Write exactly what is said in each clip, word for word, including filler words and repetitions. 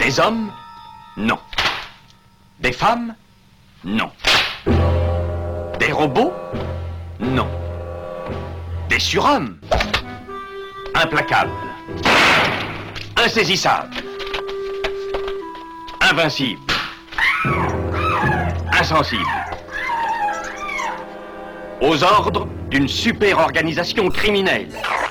Des hommes? Non. Des femmes? Non. Des robots? Non. Des surhommes? Implacables. Insaisissables. Invincibles. Insensibles. Aux ordres d'une super organisation criminelle.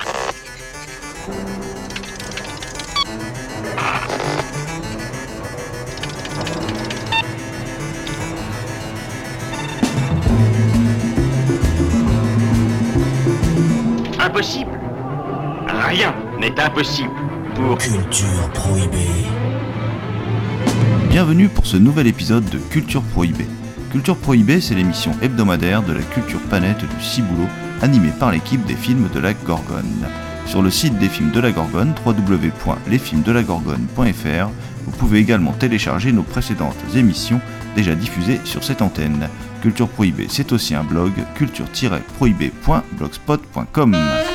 Impossible. Rien n'est impossible pour... Culture Prohibée. Bienvenue pour ce nouvel épisode de Culture Prohibée. Culture Prohibée, c'est l'émission hebdomadaire de la culture planète du Ciboulot, animée par l'équipe des films de la Gorgone. Sur le site des films de la Gorgone, w w w point les films de la gorgone point f r, vous pouvez également télécharger nos précédentes émissions déjà diffusées sur cette antenne. Culture Prohibée, c'est aussi un blog, culture tiret prohibée point blogspot point com.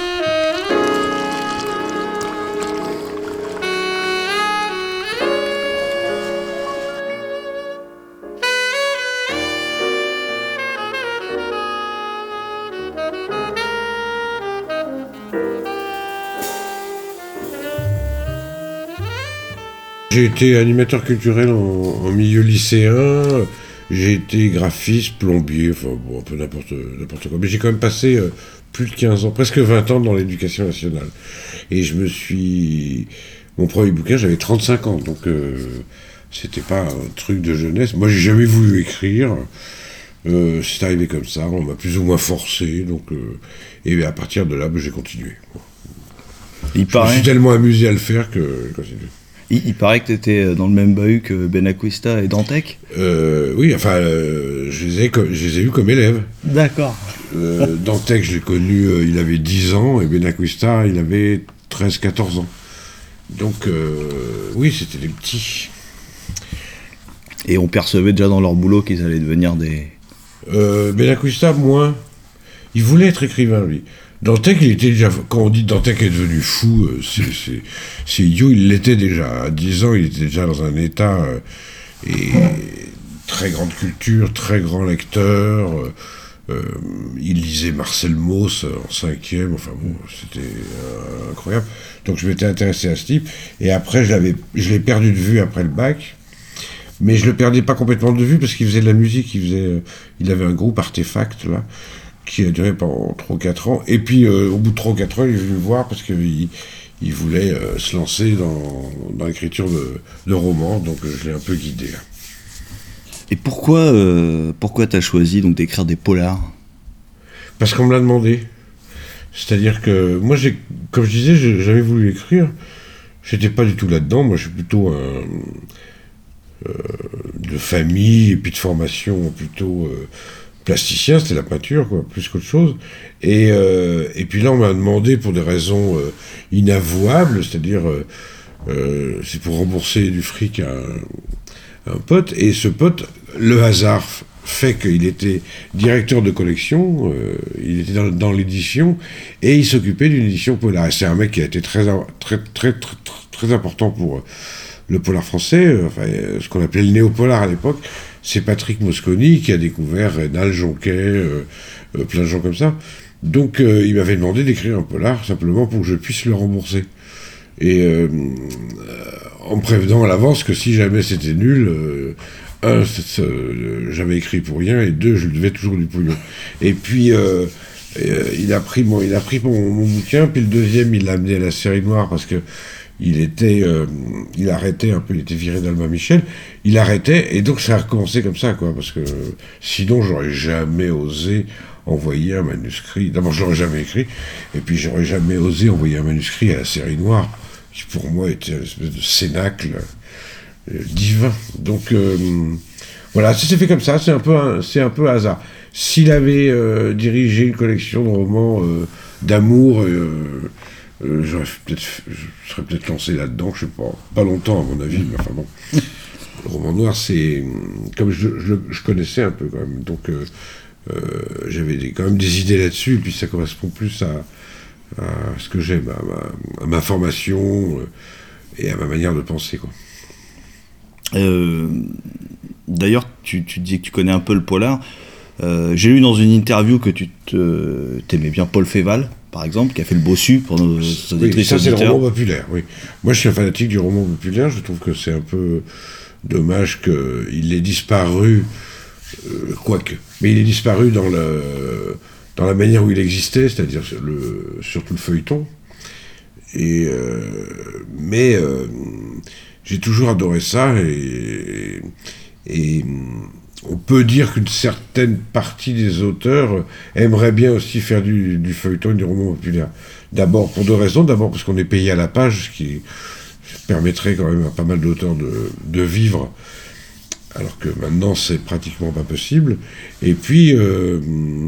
J'ai été animateur culturel en, en milieu lycéen, j'ai été graphiste, plombier, enfin bon, un peu n'importe, n'importe quoi. Mais j'ai quand même passé euh, plus de quinze ans, presque vingt ans dans l'éducation nationale. Et je me suis... Mon premier bouquin, j'avais trente-cinq ans, donc euh, c'était pas un truc de jeunesse. Moi, j'ai jamais voulu écrire. Euh, c'est arrivé comme ça, on m'a plus ou moins forcé, donc... Euh, et à partir de là, ben, j'ai continué. Bon. Il je paraît... me suis tellement amusé à le faire que j'ai continué. Il, il paraît que tu étais dans le même bahut que Benacquista et Dantec. euh, Oui, enfin, euh, je, les ai, je les ai eus comme élèves. D'accord. Euh, Dantec, je l'ai connu, euh, il avait dix ans, et Benacquista, il avait treize quatorze ans. Donc, euh, oui, c'était des petits. Et on percevait déjà dans leur boulot qu'ils allaient devenir des... Euh, Benacquista, moins. Il voulait être écrivain, lui. Dantec, il était déjà... Quand on dit Dantec est devenu fou, euh, c'est, c'est, c'est idiot, il l'était déjà. À dix ans, il était déjà dans un état... Euh, et très grande culture, très grand lecteur. Euh, euh, il lisait Marcel Mauss en cinquième. Enfin bon, c'était euh, incroyable. Donc je m'étais intéressé à ce type. Et après, je, l'avais, je l'ai perdu de vue après le bac. Mais je le perdais pas complètement de vue parce qu'il faisait de la musique. Il, faisait, euh, il avait un groupe Artefact, là, qui a duré pendant trois ou quatre ans. Et puis, euh, au bout de trois ou quatre ans, il est venu me voir parce qu'il il voulait euh, se lancer dans, dans l'écriture de, de romans. Donc, euh, je l'ai un peu guidé. Là. Et pourquoi, euh, pourquoi t'as choisi donc, d'écrire des polars ? Parce qu'on me l'a demandé. C'est-à-dire que, moi, j'ai, comme je disais, j'ai jamais voulu écrire. J'étais pas du tout là-dedans. Moi, je suis plutôt un... Euh, de famille et puis de formation plutôt... Euh, plasticien, c'était la peinture, quoi, plus qu'autre chose. Et, euh, et puis là, on m'a demandé pour des raisons euh, inavouables, c'est-à-dire, euh, euh, c'est pour rembourser du fric à un, un pote. Et ce pote, le hasard fait qu'il était directeur de collection, euh, il était dans, dans l'édition, et il s'occupait d'une édition polar. Et c'est un mec qui a été très, très, très, très, très important pour le polar français, enfin, ce qu'on appelait le néo-polar à l'époque. C'est Patrick Mosconi qui a découvert Rénal, Jonquet, euh, euh, plein de gens comme ça. Donc euh, il m'avait demandé d'écrire un polar simplement pour que je puisse le rembourser. Et euh, euh, en me prévenant à l'avance que si jamais c'était nul, euh, un, c'est, c'est, euh, j'avais écrit pour rien, et deux, je lui devais toujours du pognon. Et puis euh, euh, il a pris, mon, il a pris mon, mon bouquin, puis le deuxième, il l'a amené à la série noire parce que Il était, euh, il arrêtait un peu, il était viré d'Alma Michel, il arrêtait, et donc ça a recommencé comme ça, quoi, parce que sinon j'aurais jamais osé envoyer un manuscrit, d'abord je l'aurais jamais écrit, et puis j'aurais jamais osé envoyer un manuscrit à la série noire, qui pour moi était une espèce de cénacle euh, divin. Donc euh, voilà, ça s'est fait comme ça, c'est un peu un, c'est un peu hasard. S'il avait euh, dirigé une collection de romans euh, d'amour, euh, Euh, j'aurais peut-être, je serais peut-être lancé là-dedans, je sais pas, pas longtemps à mon avis, mais enfin bon. Le roman noir, c'est comme je, je, je connaissais un peu quand même, donc euh, euh, j'avais des, quand même des idées là-dessus, et puis ça correspond plus à, à ce que j'aime, à ma, à ma formation euh, et à ma manière de penser, quoi. Euh, d'ailleurs, tu, tu dis que tu connais un peu le polar. Euh, j'ai lu dans une interview que tu te, t'aimais bien Paul Féval, par exemple, qui a fait le bossu pour nos auditeurs. Oui, ça c'est le roman populaire, oui. Moi je suis un fanatique du roman populaire, je trouve que c'est un peu dommage qu'il ait disparu, euh, quoique, mais il est disparu dans, le, dans la manière où il existait, c'est-à-dire le, surtout le feuilleton. Et, euh, mais euh, j'ai toujours adoré ça, et, et, et on peut dire qu'une certaine partie des auteurs aimerait bien aussi faire du, du feuilleton et du roman populaire. D'abord, pour deux raisons. D'abord, parce qu'on est payé à la page, ce qui permettrait quand même à pas mal d'auteurs de, de vivre, alors que maintenant, c'est pratiquement pas possible. Et puis, euh,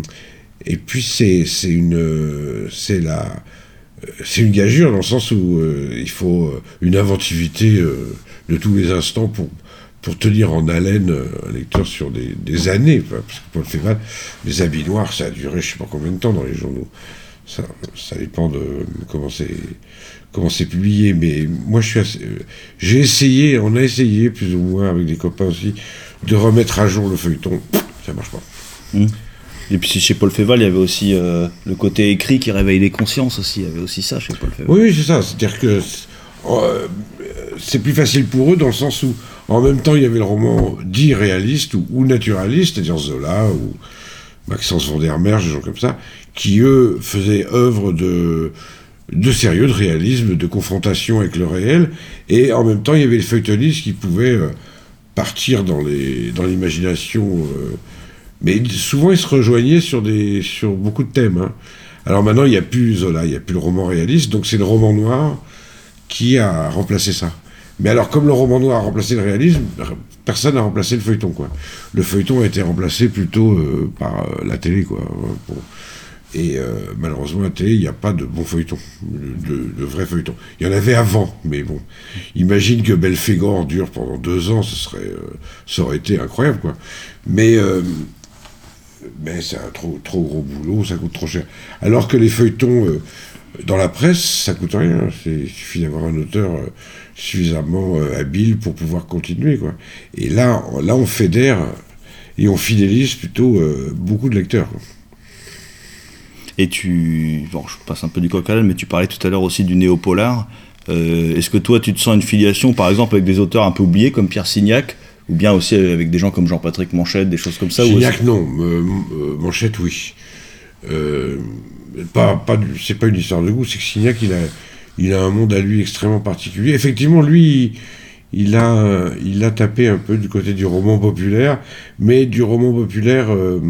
et puis c'est, c'est, une, c'est, la, c'est une gageure, dans le sens où euh, il faut une inventivité euh, de tous les instants pour... pour tenir en haleine un lecteur sur des, des années, parce que Paul Féval, les habits noirs, ça a duré je sais pas combien de temps dans les journaux. Ça, ça dépend de comment c'est, comment c'est publié, mais moi je suis assez, j'ai essayé, on a essayé plus ou moins avec des copains aussi, de remettre à jour le feuilleton, ça marche pas. Mmh. Et puis chez Paul Féval, il y avait aussi euh, le côté écrit qui réveille les consciences aussi, il y avait aussi ça chez Paul Féval. Oui, oui, c'est ça, c'est-à-dire que euh, c'est plus facile pour eux dans le sens où en même temps, il y avait le roman dit réaliste ou, ou naturaliste, c'est-à-dire Zola ou Maxence van der Merch, des gens comme ça, qui, eux, faisaient œuvre de, de sérieux, de réalisme, de confrontation avec le réel, et en même temps, il y avait les feuilletonistes qui pouvaient euh, partir dans, les, dans l'imagination, euh, mais souvent, ils se rejoignaient sur, des, sur beaucoup de thèmes. Hein. Alors maintenant, il n'y a plus Zola, il n'y a plus le roman réaliste, donc c'est le roman noir qui a remplacé ça. Mais alors, comme le roman noir a remplacé le réalisme, personne n'a remplacé le feuilleton, quoi. Le feuilleton a été remplacé plutôt euh, par euh, la télé, quoi. Bon. Et euh, malheureusement, à la télé, il n'y a pas de bon feuilleton, de, de, de vrai feuilleton. Il y en avait avant, mais bon. Imagine que Belphégor dure pendant deux ans, ce serait, euh, ça aurait été incroyable, quoi. Mais, euh, mais c'est un trop, trop gros boulot, ça coûte trop cher. Alors que les feuilletons... Euh, dans la presse, ça coûte rien. C'est, il suffit d'avoir un auteur euh, suffisamment euh, habile pour pouvoir continuer, quoi. Et là, là, on fédère et on fidélise plutôt euh, beaucoup de lecteurs, quoi. Et tu... Bon, je passe un peu du coq à l'âne, mais tu parlais tout à l'heure aussi du néo-polar. Euh, est-ce que toi, tu te sens une filiation, par exemple, avec des auteurs un peu oubliés, comme Pierre Signac, ou bien aussi avec des gens comme Jean-Patrick Manchette, des choses comme ça? Signac, non. Euh, euh, Manchette, oui. Euh... Pas, pas, c'est pas une histoire de goût, c'est que Signac, il a, il a un monde à lui extrêmement particulier. Effectivement, lui, il a, il a tapé un peu du côté du roman populaire, mais du roman populaire, euh,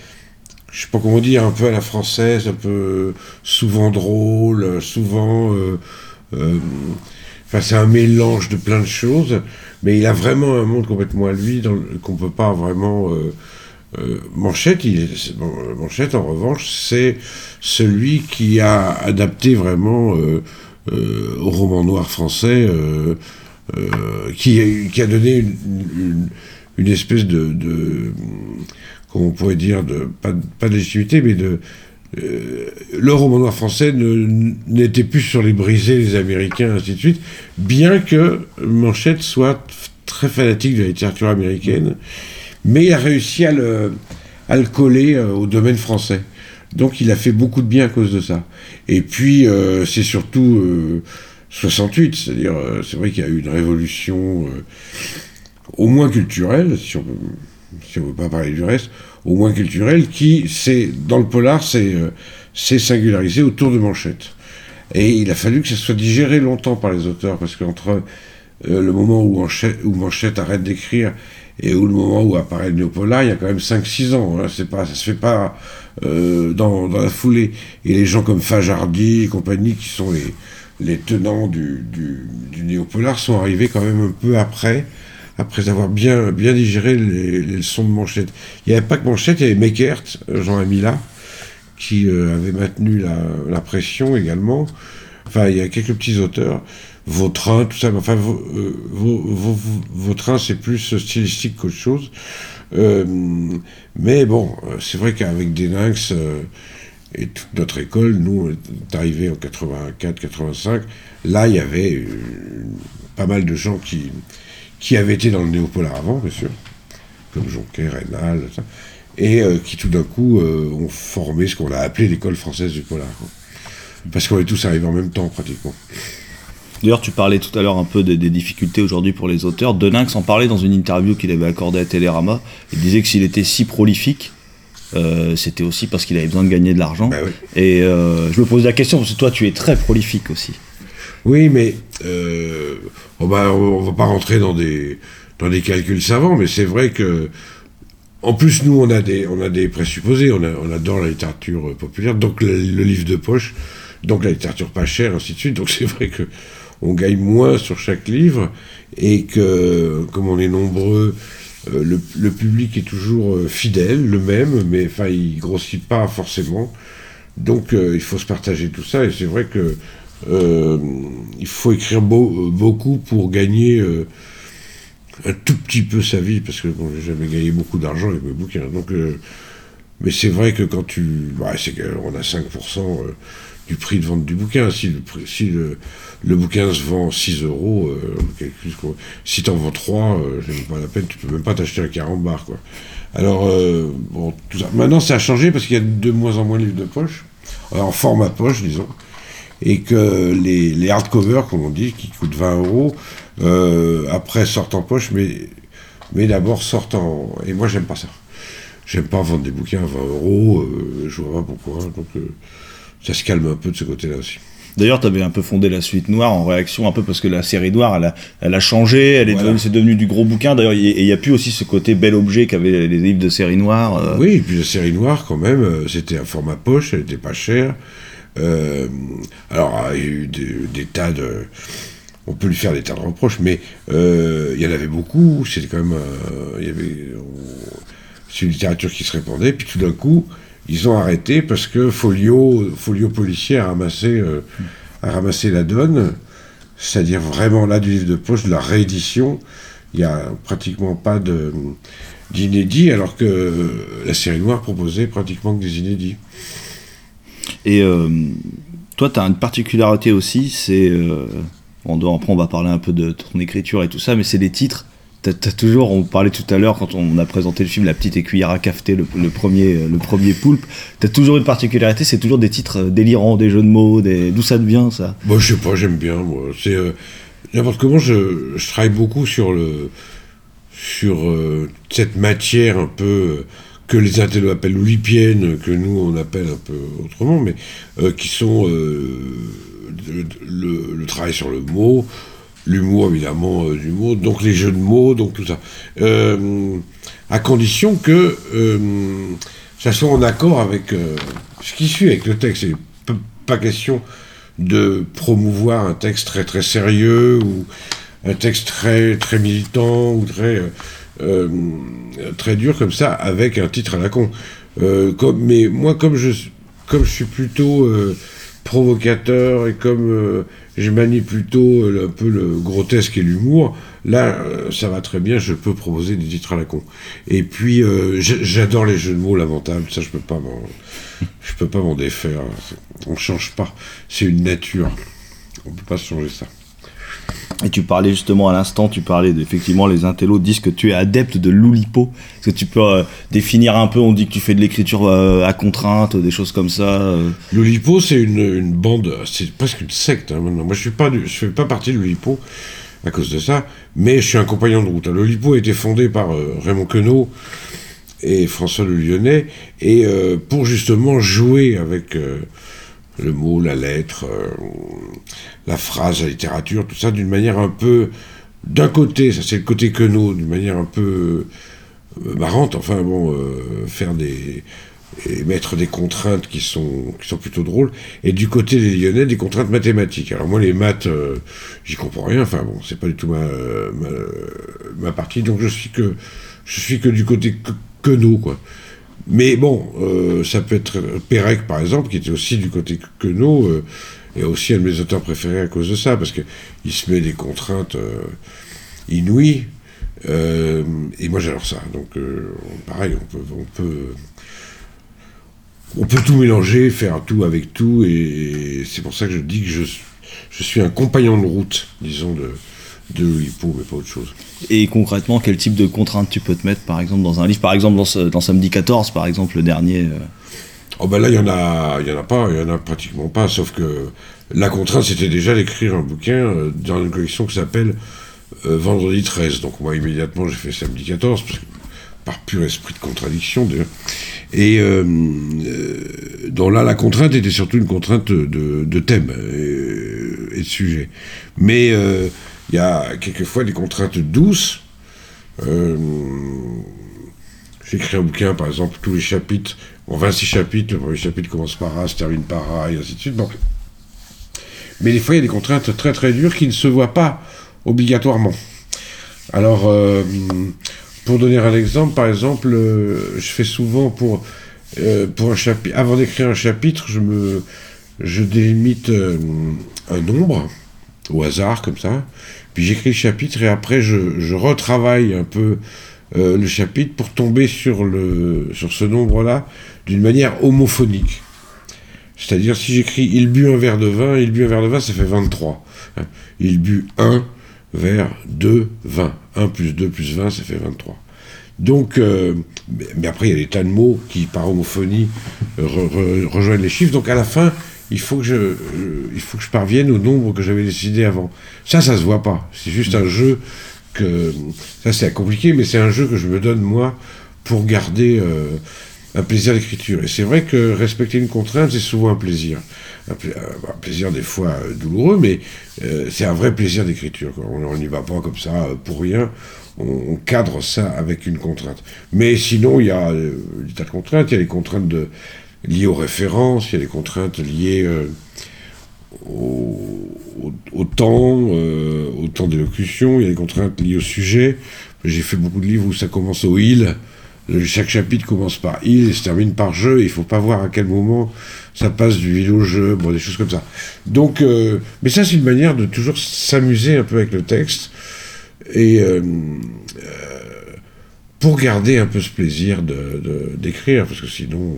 je sais pas comment dire, un peu à la française, un peu souvent drôle, souvent... Euh, euh, enfin, c'est un mélange de plein de choses, mais il a vraiment un monde complètement à lui, dans le, qu'on peut pas vraiment... Euh, Euh, Manchette, il, bon, Manchette, en revanche, c'est celui qui a adapté vraiment euh, euh, au roman noir français, euh, euh, qui, a, qui a donné une, une, une espèce de, de, comment on pourrait dire, de, pas, pas de légitimité, mais de... Euh, le roman noir français ne, n'était plus sur les brisés, les Américains, ainsi de suite, bien que Manchette soit très fanatique de la littérature américaine. Mais il a réussi à le, à le coller euh, au domaine français. Donc il a fait beaucoup de bien à cause de ça. Et puis euh, c'est surtout euh, soixante-huit, c'est-à-dire euh, c'est vrai qu'il y a eu une révolution euh, au moins culturelle, si on si on veut pas parler du reste, au moins culturelle, qui c'est dans le polar c'est euh, c'est singularisé autour de Manchette. Et il a fallu que ça soit digéré longtemps par les auteurs, parce qu'entre euh, le moment où Manchette, où Manchette arrête d'écrire et où le moment où apparaît le néo-polar, il y a quand même cinq six ans. Hein, c'est pas, ça se fait pas euh, dans, dans la foulée. Et les gens comme Fajardi et compagnie, qui sont les, les tenants du, du, du néo-polar, sont arrivés quand même un peu après, après avoir bien, bien digéré les, les leçons de Manchette. Il n'y avait pas que Manchette, il y avait Meckert, Jean Amila, qui euh, avait maintenu la, la pression également. Enfin, il y a quelques petits auteurs. Vautrin, tout ça, enfin, euh, Vautrin, c'est plus stylistique qu'autre chose. Euh, mais bon, c'est vrai qu'avec Deninx euh, et toute notre école, nous, on est arrivés en quatre-vingt-quatre quatre-vingt-cinq, là, il y avait euh, pas mal de gens qui, qui avaient été dans le néo-polar avant, bien sûr, comme Jonquet, Raynal, ça, et euh, qui tout d'un coup euh, ont formé ce qu'on a appelé l'école française du polar, quoi. Parce qu'on est tous arrivés en même temps, pratiquement. D'ailleurs, tu parlais tout à l'heure un peu des, des difficultés aujourd'hui pour les auteurs. Deninx en parlait dans une interview qu'il avait accordée à Télérama. Il disait que s'il était si prolifique, euh, c'était aussi parce qu'il avait besoin de gagner de l'argent. Bah oui. Et euh, je me pose la question, parce que toi, tu es très prolifique aussi. Oui, mais euh, on va, on va pas rentrer dans des, dans des calculs savants, mais c'est vrai que, en plus, nous, on a des, on a des présupposés. On, a, on adore la littérature populaire, donc le, le livre de poche, donc la littérature pas chère, ainsi de suite. Donc c'est vrai que on gagne moins sur chaque livre, et que, comme on est nombreux, euh, le, le public est toujours euh, fidèle, le même, mais enfin, il grossit pas forcément. Donc, euh, il faut se partager tout ça, et c'est vrai que euh, il faut écrire beau, euh, beaucoup pour gagner euh, un tout petit peu sa vie, parce que bon, j'ai jamais gagné beaucoup d'argent avec mes bouquins. Donc, euh, mais c'est vrai que quand tu, bah, c'est qu'on a cinq pour cent euh, du prix de vente du bouquin. Si le, si le, le bouquin se vend six euros, euh, calcul, quoi. Si t'en vends trois, euh, c'est même pas la peine, tu peux même pas t'acheter un quarante bars, quoi. Alors, euh, bon, tout ça. Maintenant, ça a changé parce qu'il y a de moins en moins de livres de poche, alors, en format poche, disons, et que les, les hardcovers, comme on dit, qui coûtent vingt euros, euh, après sortent en poche, mais, mais d'abord sortent en... Et moi, j'aime pas ça. J'aime pas vendre des bouquins à vingt euros, euh, je vois pas pourquoi, donc... Euh, ça se calme un peu de ce côté-là aussi. D'ailleurs, tu avais un peu fondé la Suite Noire en réaction un peu parce que la série Noire, elle a, elle a changé, elle est voilà. devenue, c'est devenu du gros bouquin. D'ailleurs, il n'y a plus aussi ce côté bel objet qu'avaient les livres de série Noire. Euh... Oui, et puis la série Noire, quand même, euh, c'était un format poche, elle n'était pas chère. Euh, alors, il y a eu des, des tas de... On peut lui faire des tas de reproches, mais euh, il y en avait beaucoup. C'était quand même... Euh, il y avait... On, c'est une littérature qui se répandait, puis tout d'un coup... Ils ont arrêté parce que Folio, Folio Policier a ramassé, euh, a ramassé la donne, c'est-à-dire vraiment là du livre de poche, de la réédition. Il n'y a pratiquement pas de, d'inédits, alors que euh, la série Noire proposait pratiquement que des inédits. Et euh, toi, tu as une particularité aussi, c'est... Euh, bon, après, on va parler un peu de ton écriture et tout ça, mais c'est les titres. T'as, t'as toujours, on parlait tout à l'heure quand on a présenté le film La Petite Écuyère à cafeter, le, le premier, le premier Poulpe. T'as toujours une particularité, c'est toujours des titres délirants, des jeux de mots, des... d'où ça devient ça? Moi, je sais pas, j'aime bien. Moi, c'est euh, n'importe comment. Je, je travaille beaucoup sur le, sur euh, cette matière un peu euh, que les intellos appellent oulipienne, que nous on appelle un peu autrement, mais euh, qui sont euh, le, le, le travail sur le mot. L'humour, évidemment, euh, l'humour, donc les jeux de mots, donc tout ça. Euh, à condition que euh, ça soit en accord avec euh, ce qui suit, avec le texte. Il n'est pas question de promouvoir un texte très très sérieux, ou un texte très très militant, ou très, euh, très dur comme ça, avec un titre à la con. Euh, comme, mais moi, comme je, comme je suis plutôt... Euh, provocateur, et comme euh, je manie plutôt euh, un peu le grotesque et l'humour, là euh, ça va très bien, je peux proposer des titres à la con. Et puis euh, j'adore les jeux de mots lamentables, ça je peux pas m'en, je peux pas m'en défaire, on change pas, c'est une nature, on peut pas changer ça. Et tu parlais justement à l'instant, tu parlais effectivement les intellos disent que tu es adepte de l'oulipo. Est-ce que tu peux euh, définir un peu, on dit que tu fais de l'écriture euh, à contrainte, des choses comme ça euh. L'oulipo, c'est une, une bande, c'est presque une secte hein, maintenant. Moi je suis pas du, je fais pas partie de l'oulipo à cause de ça, mais je suis un compagnon de route. L'oulipo a été fondé par euh, Raymond Queneau et François Le Lyonnais, et euh, pour justement jouer avec euh, le mot, la lettre, euh, la phrase, la littérature, tout ça, d'une manière un peu... D'un côté, ça c'est le côté Queneau, d'une manière un peu euh, marrante, enfin bon, euh, faire des... et mettre des contraintes qui sont, qui sont plutôt drôles, et du côté des Lyonnais, des contraintes mathématiques. Alors moi, les maths, euh, j'y comprends rien, enfin bon, c'est pas du tout ma, ma, ma partie, donc je suis que, je suis que du côté Queneau, quoi. Mais bon, euh, ça peut être Pérec, par exemple, qui était aussi du côté Queneau, euh, et aussi un de mes auteurs préférés à cause de ça, parce qu'il se met des contraintes euh, inouïes, euh, et moi j'adore ça. Donc, euh, pareil, on peut, on peut, on peut tout mélanger, faire tout avec tout, et, et c'est pour ça que je dis que je, je suis un compagnon de route, disons, de, de l'Oulipo, mais pas autre chose. Et concrètement, quel type de contraintes tu peux te mettre, par exemple, dans un livre? Par exemple, dans, ce, dans Samedi quatorze, par exemple, le dernier. Euh... Oh ben là, il y en a, il y en a pas, il y en a pratiquement pas, sauf que la contrainte, c'était déjà d'écrire un bouquin euh, dans une collection qui s'appelle euh, Vendredi treize. Donc moi, immédiatement, j'ai fait Samedi quatorze, parce que, par pur esprit de contradiction, d'ailleurs. Et euh, euh, donc là, la contrainte était surtout une contrainte de, de thème et, et de sujet. Mais il euh, y a quelquefois des contraintes douces. Euh, j'ai écrit un bouquin, par exemple, tous les chapitres, bon, vingt-six chapitres, le premier chapitre commence par A, se termine par A, et ainsi de suite. Bon. Mais des fois, il y a des contraintes très très dures qui ne se voient pas obligatoirement. Alors, euh, pour donner un exemple, par exemple, euh, je fais souvent pour, euh, pour un chapitre, avant d'écrire un chapitre, je me, je délimite euh, un nombre, au hasard, comme ça, puis j'écris le chapitre, et après, je, je retravaille un peu euh, le chapitre pour tomber sur, le, sur ce nombre-là d'une manière homophonique. C'est-à-dire, si j'écris « il but un verre de vin », « il but un verre de vin », ça fait vingt-trois. Hein. Il but un verre, deux, vingt. un plus deux plus vingt, ça fait vingt-trois. Donc, euh, mais, mais après, il y a des tas de mots qui, par homophonie, re, re, rejoignent les chiffres. Donc, à la fin, il faut que je, euh, il faut que je parvienne au nombre que j'avais décidé avant. Ça, ça se voit pas. C'est juste un jeu que... Ça, c'est compliqué, mais c'est un jeu que je me donne, moi, pour garder... Euh, un plaisir d'écriture. Et c'est vrai que respecter une contrainte, c'est souvent un plaisir. Un, pla- un plaisir des fois euh, douloureux, mais euh, c'est un vrai plaisir d'écriture. Quoi. On n'y va pas comme ça euh, pour rien. On, on cadre ça avec une contrainte. Mais sinon, il y a euh, des tas de contraintes. Il y a les contraintes de, liées aux références, il y a les contraintes liées euh, au, au, au temps, euh, au temps d'élocution, il y a les contraintes liées au sujet. J'ai fait beaucoup de livres où ça commence au « il ». Chaque chapitre commence par « il » et se termine par « je », il ne faut pas voir à quel moment ça passe du « il » au « je », bon, des choses comme ça. Donc, euh, mais ça, c'est une manière de toujours s'amuser un peu avec le texte, et euh, euh, pour garder un peu ce plaisir de, de, d'écrire, parce que sinon,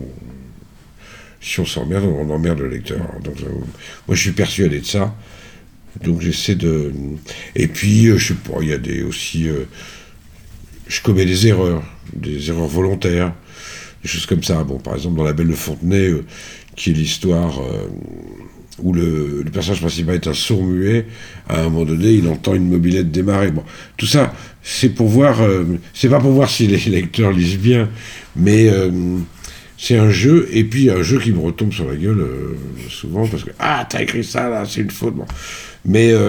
si on s'emmerde, on emmerde le lecteur. Donc, euh, moi, je suis persuadé de ça, donc j'essaie de... Et puis, euh, je sais pas, il y a des, aussi... Euh, je commets des erreurs, des erreurs volontaires, des choses comme ça. Bon, par exemple, dans La Belle de Fontenay, euh, qui est l'histoire euh, où le, le personnage principal est un sourd-muet, à un moment donné, il entend une mobilette démarrer. Bon, tout ça, c'est pour voir, euh, c'est pas pour voir si les lecteurs lisent bien, mais euh, c'est un jeu, et puis un jeu qui me retombe sur la gueule euh, souvent, parce que « Ah, t'as écrit ça, là, c'est une faute. » Bon. Mais euh,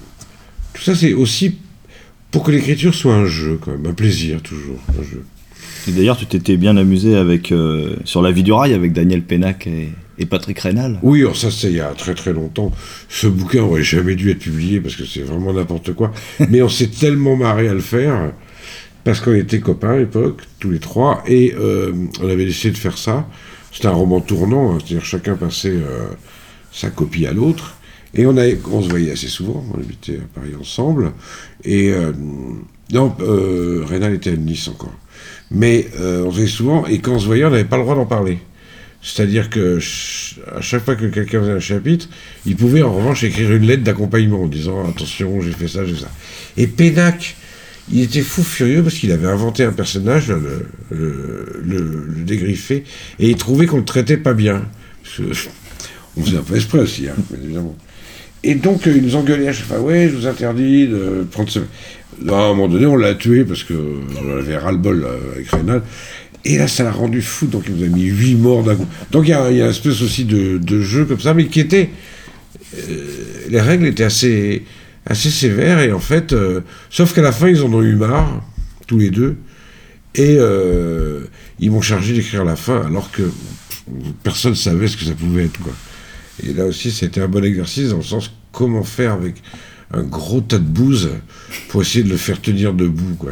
tout ça, c'est aussi... pour que l'écriture soit un jeu, quand même, un plaisir, toujours, un jeu. Et d'ailleurs, tu t'étais bien amusé avec, euh, sur La Vie du Rail avec Daniel Pénac et, et Patrick Raynal. Oui, alors ça, c'est il y a très très longtemps. Ce bouquin aurait jamais dû être publié, parce que c'est vraiment n'importe quoi. Mais on s'est tellement marré à le faire, parce qu'on était copains à l'époque, tous les trois, et euh, on avait décidé de faire ça. C'était un roman tournant, hein, c'est-à-dire chacun passait euh, sa copie à l'autre. Et on, avait, on se voyait assez souvent, on habitait à Paris ensemble, et euh, non, euh, Raynal était à Nice encore, mais euh, on se voyait souvent, et quand on se voyait, on n'avait pas le droit d'en parler. C'est-à-dire que ch- à chaque fois que quelqu'un faisait un chapitre, il pouvait en revanche écrire une lettre d'accompagnement en disant « Attention, j'ai fait ça, j'ai fait ça ». Et Pénac, il était fou furieux parce qu'il avait inventé un personnage, le, le, le, le dégriffé, et il trouvait qu'on le traitait pas bien. Parce que, on faisait un peu exprès aussi, hein, évidemment. Et donc, euh, il nous engueulait à chaque fois. « Ouais, je vous interdis de prendre ce... » À un moment donné, on l'a tué parce qu'on avait ras-le-bol euh, avec Raynal. Et là, ça l'a rendu fou. Donc, il nous a mis huit morts d'un coup. Donc, il y a, il y a une espèce aussi de, de jeu comme ça, mais qui était... Euh, les règles étaient assez, assez sévères. Et en fait, euh, sauf qu'à la fin, ils en ont eu marre, tous les deux. Et euh, ils m'ont chargé d'écrire la fin, alors que personne ne savait ce que ça pouvait être, quoi. Et là aussi, c'était un bon exercice dans le sens comment faire avec un gros tas de bouse pour essayer de le faire tenir debout, quoi.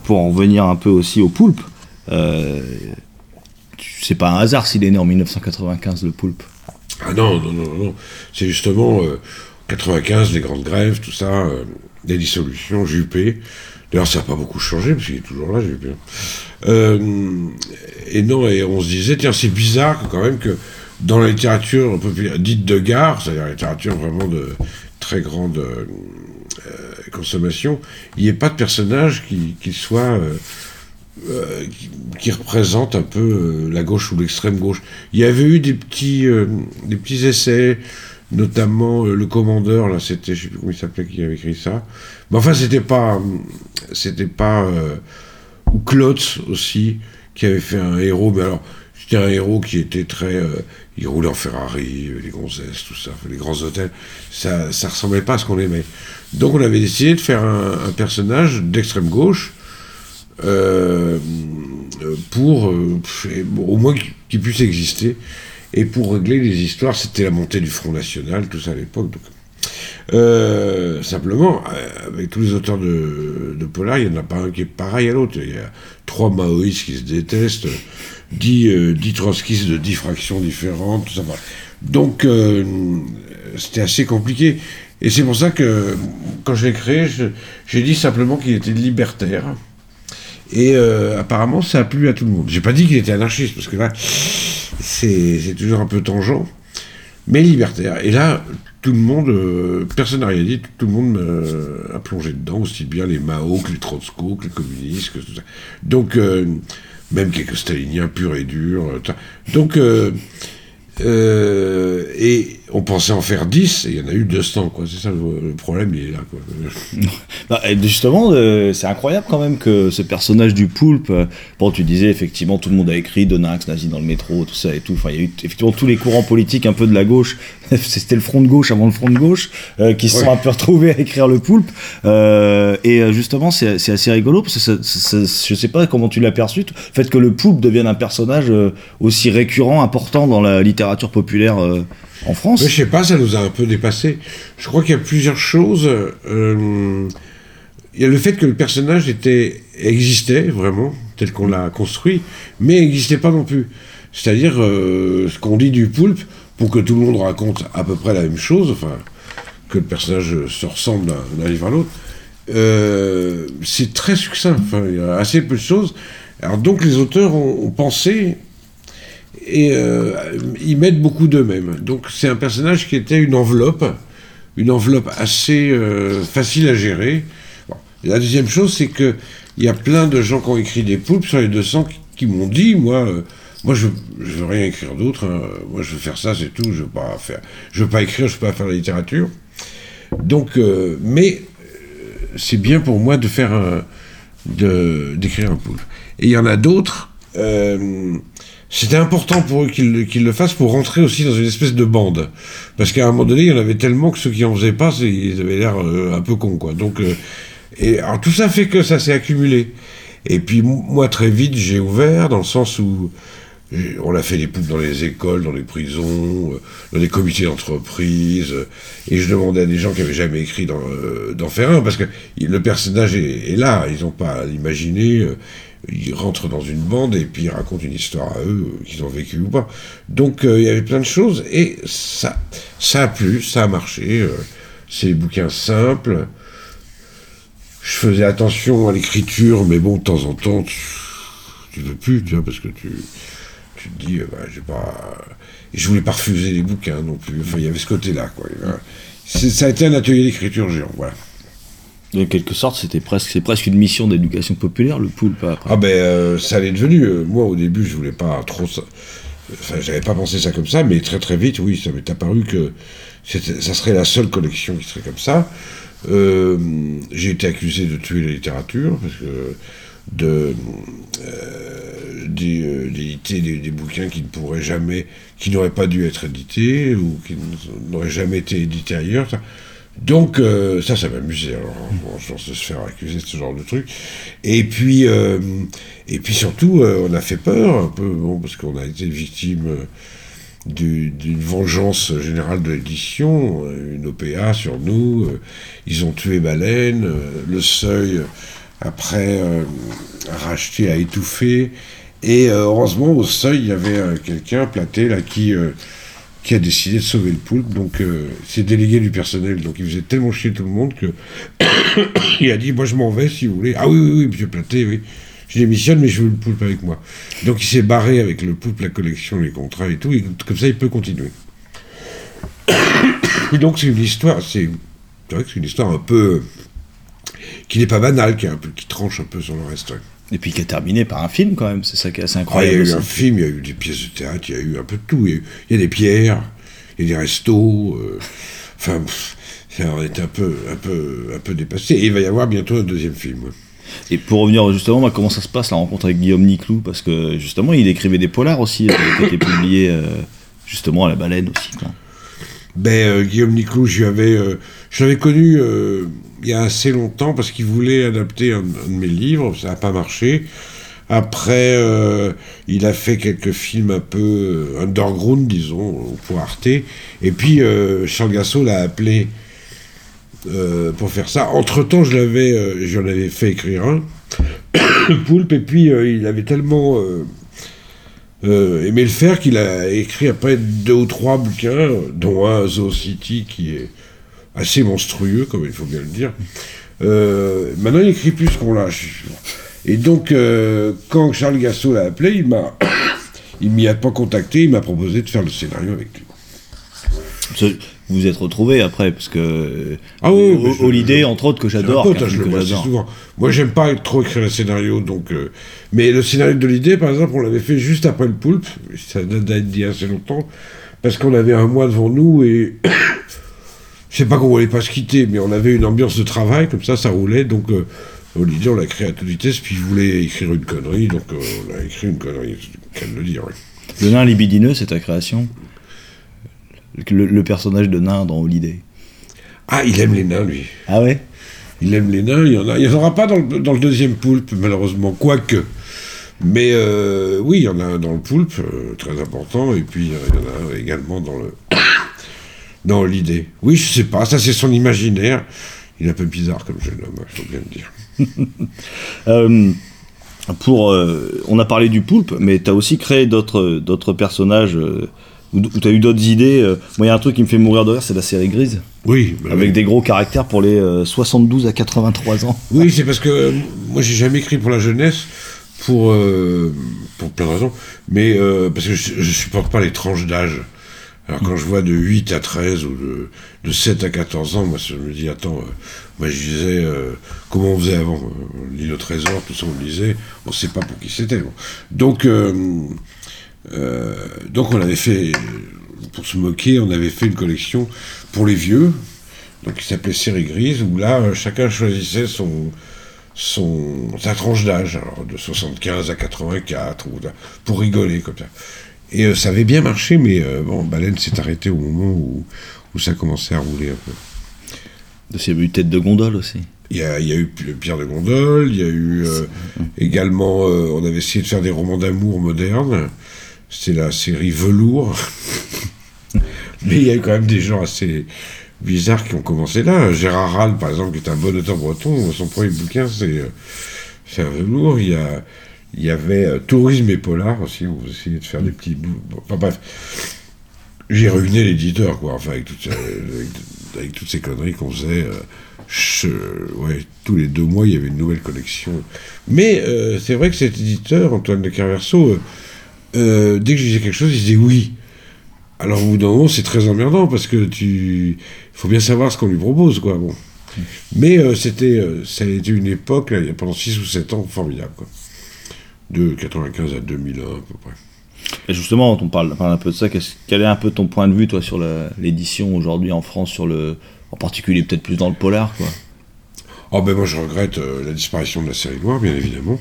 pour en revenir un peu aussi au Poulpe, euh, c'est pas un hasard s'il est né en dix-neuf cent quatre-vingt-quinze, le Poulpe. Ah non, non, non, non. C'est justement euh, quatre-vingt-quinze, les grandes grèves, tout ça, euh, les dissolutions, Juppé. D'ailleurs, ça n'a pas beaucoup changé, parce qu'il est toujours là, Juppé. Euh, et non, et on se disait, tiens, c'est bizarre que, quand même que dans la littérature populaire, dite de gare, c'est-à-dire la littérature vraiment de très grande euh, consommation, il n'y ait pas de personnage qui, qui soit... Euh, Euh, qui, qui représente un peu euh, la gauche ou l'extrême gauche. Il y avait eu des petits, euh, des petits essais, notamment euh, le commandeur, là, c'était, je sais plus comment il s'appelait, qui avait écrit ça. Mais enfin, c'était pas, c'était pas, euh, ou Klotz aussi, qui avait fait un héros, mais alors, c'était un héros qui était très, euh, il roulait en Ferrari, les gonzesses, tout ça, les grands hôtels, ça, ça ressemblait pas à ce qu'on aimait. Donc on avait décidé de faire un, un personnage d'extrême gauche, Euh, pour euh, bon, au moins qu'il puisse exister, et pour régler les histoires. C'était la montée du Front National, tout ça à l'époque, donc euh, simplement avec tous les auteurs de, de polar, il n'y en a pas un qui est pareil à l'autre. Il y a trois maoïstes qui se détestent, dix, euh, dix trotskistes de dix fractions différentes, tout ça. Donc euh, c'était assez compliqué, et c'est pour ça que quand je l'ai créé, je, j'ai dit simplement qu'il était libertaire. Et euh, apparemment, ça a plu à tout le monde. J'ai pas dit qu'il était anarchiste, parce que là, c'est, c'est toujours un peu tangent, mais libertaire. Et là, tout le monde, euh, personne n'a rien dit, tout, tout le monde euh, a plongé dedans, aussi bien les Mao que les Trotsko, que les communistes, que tout ça. Donc, euh, même quelques staliniens purs et durs. Euh, donc, euh, euh, et on pensait en faire dix, et il y en a eu deux cents, quoi. C'est ça le, le problème, il est là, quoi. Bah, et justement, euh, c'est incroyable quand même que ce personnage du Poulpe, euh, bon, tu disais effectivement, tout le monde a écrit Donax, Nazi dans le métro, tout ça et tout. Enfin, il y a eu effectivement tous les courants politiques un peu de la gauche. C'était le front de gauche avant le front de gauche, euh, qui se ouais. sont un peu retrouvés à écrire le Poulpe. Euh, et justement, c'est, c'est assez rigolo, parce que ça, ça, ça, je sais pas comment tu l'as perçu, le fait que le Poulpe devienne un personnage euh, aussi récurrent, important dans la littérature populaire euh, en France. Mais je sais pas, ça nous a un peu dépassé. Je crois qu'il y a plusieurs choses. Euh, il y a le fait que le personnage était, existait vraiment, tel qu'on l'a construit, mais n'existait pas non plus. C'est-à-dire, euh, ce qu'on dit du Poulpe, pour que tout le monde raconte à peu près la même chose, enfin, que le personnage se ressemble d'un livre à l'autre, euh, c'est très succinct. Enfin, il y a assez peu de choses. Alors donc les auteurs ont, ont pensé, et euh, ils mettent beaucoup d'eux-mêmes. Donc c'est un personnage qui était une enveloppe, une enveloppe assez euh, facile à gérer. Bon. La deuxième chose, c'est qu'il y a plein de gens qui ont écrit des Poulpes sur les deux cents qui, qui m'ont dit, moi... Euh, Moi, je, je veux rien écrire d'autre. Hein. Moi, je veux faire ça, c'est tout. Je veux pas faire. Je veux pas écrire. Je veux pas faire la littérature. Donc, euh, mais euh, c'est bien pour moi de faire un, de d'écrire un Poulpe. Et il y en a d'autres. Euh, c'était important pour eux qu'ils, qu'ils le fassent pour rentrer aussi dans une espèce de bande. Parce qu'à un moment donné, il y en avait tellement que ceux qui en faisaient pas, c'est, ils avaient l'air euh, un peu cons, quoi. Donc, euh, et alors tout ça fait que ça s'est accumulé. Et puis moi, très vite, j'ai ouvert dans le sens où on a fait des Poulpes dans les écoles, dans les prisons, dans les comités d'entreprise, et je demandais à des gens qui n'avaient jamais écrit d'en, d'en faire un, parce que le personnage est, est là, ils n'ont pas à l'imaginer, ils rentrent dans une bande et puis ils racontent une histoire à eux, qu'ils ont vécu ou pas. Donc il euh, y avait plein de choses, et ça, ça a plu, ça a marché, euh, c'est des bouquins simples. Je faisais attention à l'écriture, mais bon, de temps en temps, tu, tu veux plus, tu vois, parce que tu... Tu te dis, euh, bah, j'ai pas... Je voulais pas refuser les bouquins non plus. Enfin, il y avait ce côté-là, quoi. C'est, ça a été un atelier d'écriture géant, voilà. De quelque sorte, c'était presque, c'est presque une mission d'éducation populaire, le Poulpe, après. Ah ben, euh, ça l'est devenu. Euh, moi, au début, je voulais pas trop... Ça... Enfin, j'avais pas pensé ça comme ça, mais très très vite, oui, ça m'est apparu que c'était... ça serait la seule collection qui serait comme ça. Euh, j'ai été accusé de tuer la littérature, parce que... de... Euh, d'éditer des, des bouquins qui ne pourraient jamais, qui n'auraient pas dû être édités, ou qui n'auraient jamais été édités ailleurs. Ça. Donc, euh, ça, ça m'amusait. Alors, bon, je pense de se faire accuser de ce genre de truc. Et puis, euh, et puis surtout, euh, on a fait peur, un peu, bon, parce qu'on a été victime du, d'une vengeance générale de l'édition, une O P A sur nous. Ils ont tué Baleine, le Seuil après euh, racheté, a étouffé. Et euh, heureusement, au seuil, il y avait euh, quelqu'un, Platé, là, qui, euh, qui a décidé de sauver le poulpe. Donc, euh, c'est délégué du personnel. Donc, il faisait tellement chier tout le monde que il a dit, moi, je m'en vais, si vous voulez. Ah oui, oui, oui, monsieur Platé, oui. Je démissionne, mais je veux le poulpe avec moi. Donc, il s'est barré avec le poulpe, la collection, les contrats et tout. Et comme ça, il peut continuer. Donc, c'est une histoire, c'est, c'est vrai que c'est une histoire un peu... qui n'est pas banale, qui, est un peu, qui tranche un peu sur le reste. Ouais. Et puis qui est terminé par un film quand même, c'est ça qui est assez Ah, il y incroyable. a eu aussi. un film, il y a eu des pièces de théâtre, il y a eu un peu de tout. Il y a, eu, il y a des pierres, il y a des restos. Euh, enfin, pff, ça, on était un peu, un, peu, un peu dépassé. Et il va y avoir bientôt un deuxième film. Ouais. Et pour revenir justement, bah, comment ça se passe la rencontre avec Guillaume Niclou, parce que justement il écrivait des polars aussi, qui étaient publiés euh, justement à La Baleine aussi. Quoi. Ben, euh, Guillaume Niclou, je l'avais euh, connu euh, il y a assez longtemps parce qu'il voulait adapter un, un de mes livres, ça n'a pas marché. Après, euh, il a fait quelques films un peu underground, disons, pour Arte. Et puis, euh, Charles Gassot l'a appelé euh, pour faire ça. Entre-temps, je l'avais, euh, j'en avais fait écrire un, Poulpe, et puis euh, il avait tellement... Euh, Euh, aimé le faire qu'il a écrit après deux ou trois bouquins, dont un Zoo City qui est assez monstrueux, comme il faut bien le dire. Euh, maintenant, il écrit plus qu'on lâche. Et donc, euh, quand Charles Gassot l'a appelé, il m'a, il m'y a pas contacté, il m'a proposé de faire le scénario avec lui. Vous vous êtes retrouvés après, parce que ah oui, euh, Holiday, entre autres, que j'adore. Pote, hein, je le vois assez souvent. Moi, j'aime pas trop écrire le scénario, donc. Euh, mais le scénario de Holiday, par exemple, on l'avait fait juste après le Poulpe. Ça date d'il y a assez longtemps, parce qu'on avait un mois devant nous et je sais pas qu'on voulait pas se quitter, mais on avait une ambiance de travail comme ça, ça roulait. Donc euh, Holiday, on l'a créé à toute vitesse, puis je voulais écrire une connerie, donc euh, on a écrit une connerie, c'est le cas de le dire. Ouais. Le nain libidineux, c'est ta création. Le, le personnage de nain dans Holiday. Ah, il aime les nains, lui. Ah ouais. Il aime les nains, il y en a. Il n'y en aura pas dans le, dans le deuxième Poulpe, malheureusement, quoique. Mais euh, oui, il y en a un dans le Poulpe, euh, très important, et puis euh, il y en a un également dans le dans Holiday. Oui, je sais pas, ça c'est son imaginaire. Il est un peu bizarre comme jeune homme, il faut bien le dire. euh, pour, euh, on a parlé du Poulpe, mais tu as aussi créé d'autres, d'autres personnages... Euh, où tu as eu d'autres idées. euh, Moi, il y a un truc qui me fait mourir de rire, c'est la série Grise. Oui. Bah avec oui. des gros caractères pour les euh, soixante-douze à quatre-vingt-trois ans. Oui, c'est parce que euh, moi, j'ai jamais écrit pour la jeunesse, pour, euh, pour plein de raisons, mais euh, parce que je, je supporte pas les tranches d'âge. Alors, quand mmh. je vois de huit à treize ou de, de sept à quatorze ans, moi, je me dis, attends, euh, moi, je disais, euh, comment on faisait avant euh, L'île au trésor, tout ça, on le disait, on sait pas pour qui c'était. Bon. Donc... Euh, Euh, donc on avait fait, pour se moquer, on avait fait une collection pour les vieux, donc qui s'appelait Série Grise, où là, euh, chacun choisissait son, son, sa tranche d'âge, alors de soixante-quinze à quatre-vingt-quatre, ou, pour rigoler, comme ça. Et euh, ça avait bien marché, mais euh, bon, Baleine s'est arrêté au moment où, où ça commençait à rouler un peu. Il y a eu Tête de Gondole aussi. Il y a, il y a eu Pierre de Gondole, il y a eu euh, également, euh, on avait essayé de faire des romans d'amour modernes. C'était la série Velours. Mais il y a eu quand même des gens assez bizarres qui ont commencé là. Gérard Rall, par exemple, qui est un bon auteur breton, son premier bouquin, c'est, euh, c'est un velours. Il y, a, il y avait euh, Tourisme et Polar aussi, où vous essayez de faire des petits bouts. Bon, enfin bref, j'ai ruiné l'éditeur, quoi, enfin, avec toutes ces, avec, avec toutes ces conneries qu'on faisait. Euh, je, ouais, tous les deux mois, il y avait une nouvelle collection. Mais euh, c'est vrai que cet éditeur, Antoine de Carverso, euh, Euh, dès que je disais quelque chose, il disait oui. Alors au bout d'un moment, c'est très emmerdant parce que tu, il faut bien savoir ce qu'on lui propose, quoi. Bon. Mais euh, c'était, euh, ça a été une époque, là, il y a pendant six ou sept ans, formidable, quoi. De quatre-vingt-quinze à deux mille un à peu près. Et justement, on parle, parle un peu de ça. Quel est un peu ton point de vue, toi, sur la, l'édition aujourd'hui en France, sur le, en particulier peut-être plus dans le polar, quoi. Oh ben moi je regrette euh, la disparition de la série noire, bien évidemment.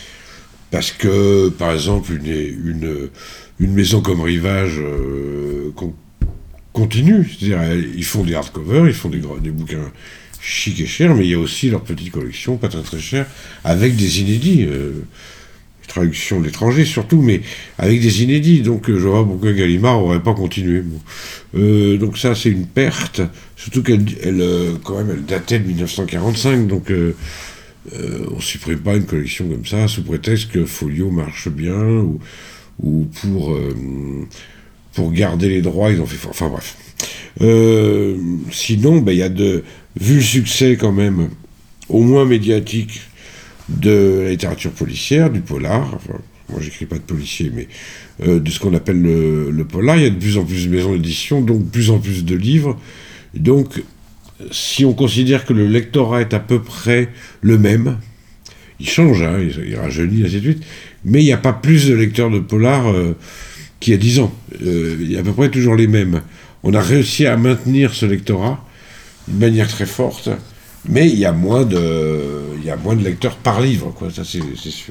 Parce que, par exemple, une, une, une maison comme Rivage euh, con, continue. C'est-à-dire, ils font des hardcovers, ils font des, des bouquins chics et chers, mais il y a aussi leur petite collection, pas très très chère, avec des inédits. Euh, traduction de l'étranger surtout, mais avec des inédits. Donc, euh, je vois pourquoi Gallimard n'aurait pas continué. Bon. Euh, donc ça, c'est une perte. Surtout qu'elle, elle, euh, quand même, elle datait de dix-neuf cent quarante-cinq, donc... Euh, euh, on supprime pas une collection comme ça sous prétexte que Folio marche bien ou, ou pour, euh, pour garder les droits, ils ont fait... Enfin bref. Euh, sinon, ben, y a de... Vu le succès quand même, au moins médiatique, de la littérature policière, du polar, enfin, moi j'écris pas de policier, mais euh, de ce qu'on appelle le, le polar, il y a de plus en plus de maisons d'édition, donc de plus en plus de livres. Donc, si on considère que le lectorat est à peu près le même, il change, hein, il, il rajeunit, ainsi de suite, mais il n'y a pas plus de lecteurs de polar euh, qu'il y a dix ans. Euh, il y a à peu près toujours les mêmes. On a réussi à maintenir ce lectorat d'une manière très forte, mais il y a moins de, il y a moins de lecteurs par livre, quoi, ça c'est, c'est sûr.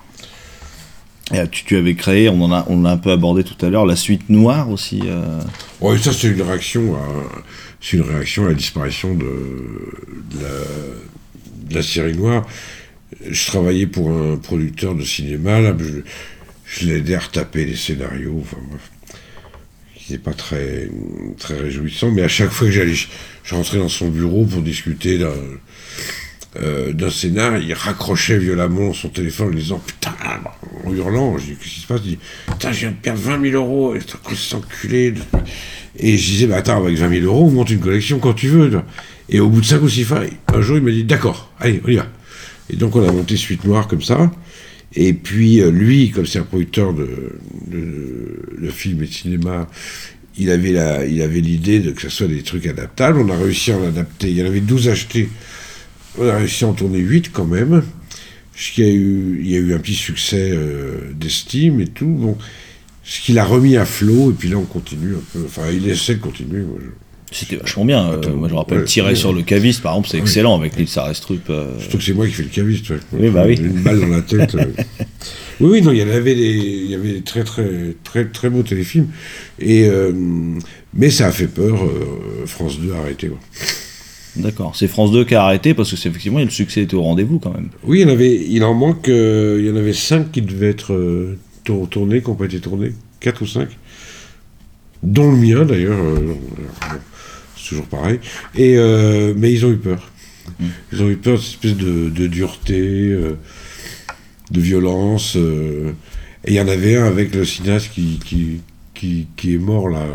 Et tu, tu avais créé, on en a, on l'a un peu abordé tout à l'heure, la suite noire aussi. Euh... Ouais, ça c'est une réaction à, c'est une réaction à la disparition de, de, la, de la série noire. Je travaillais pour un producteur de cinéma, là, je, je l'aidais à retaper les scénarios, enfin bref. Qui n'est pas très, très réjouissant, mais à chaque fois que j'allais, je, je rentrais dans son bureau pour discuter d'un, euh, d'un scénar, il raccrochait violemment son téléphone en disant putain, en hurlant. Je dis qu'est-ce qui se passe? Il dit putain, je viens de perdre vingt mille euros, et c'est enculé. Et je disais bah attends, avec vingt mille euros, on monte une collection quand tu veux. Et au bout de cinq ou six fois, un jour il m'a dit d'accord, allez, on y va. Et donc on a monté Suite Noire comme ça. Et puis euh, lui, comme c'est un producteur de, de, de films et de cinéma, il avait, la, il avait l'idée de que ce soit des trucs adaptables. On a réussi à en adapter. Il y en avait douze achetés. On a réussi à en tourner huit quand même. Il y a eu, il y a eu un petit succès euh, d'estime et tout. Bon, ce qu'il a remis à flot. Et puis là, on continue un peu. Enfin, il essaie de continuer. Moi, je... C'était vachement bien. Euh, moi, je me rappelle ouais, Tirer ouais, sur le caviste, par exemple, c'est ouais. excellent avec l'île Sarestrup. Euh... Surtout que c'est moi qui fais le caviste. Ouais. Oui, bah oui. Une balle dans la tête. euh. Oui, oui, non, il y en avait des, il y avait des très, très, très, très beaux téléfilms. Et, euh, mais ça a fait peur. Euh, France deux a arrêté. Ouais. D'accord. C'est France deux qui a arrêté parce que c'est effectivement le succès était au rendez-vous quand même. Oui, il, y en avait, il en manque. Euh, il y en avait cinq qui devaient être euh, tour, tournés, qui n'ont pas été tournés. Quatre ou cinq. Dont le mien d'ailleurs. Euh, c'est toujours pareil. Et, euh, mais ils ont eu peur. Mmh. Ils ont eu peur de cette espèce de, de dureté, euh, de violence. Euh, et il y en avait un avec le cinéaste qui, qui, qui, qui est mort là.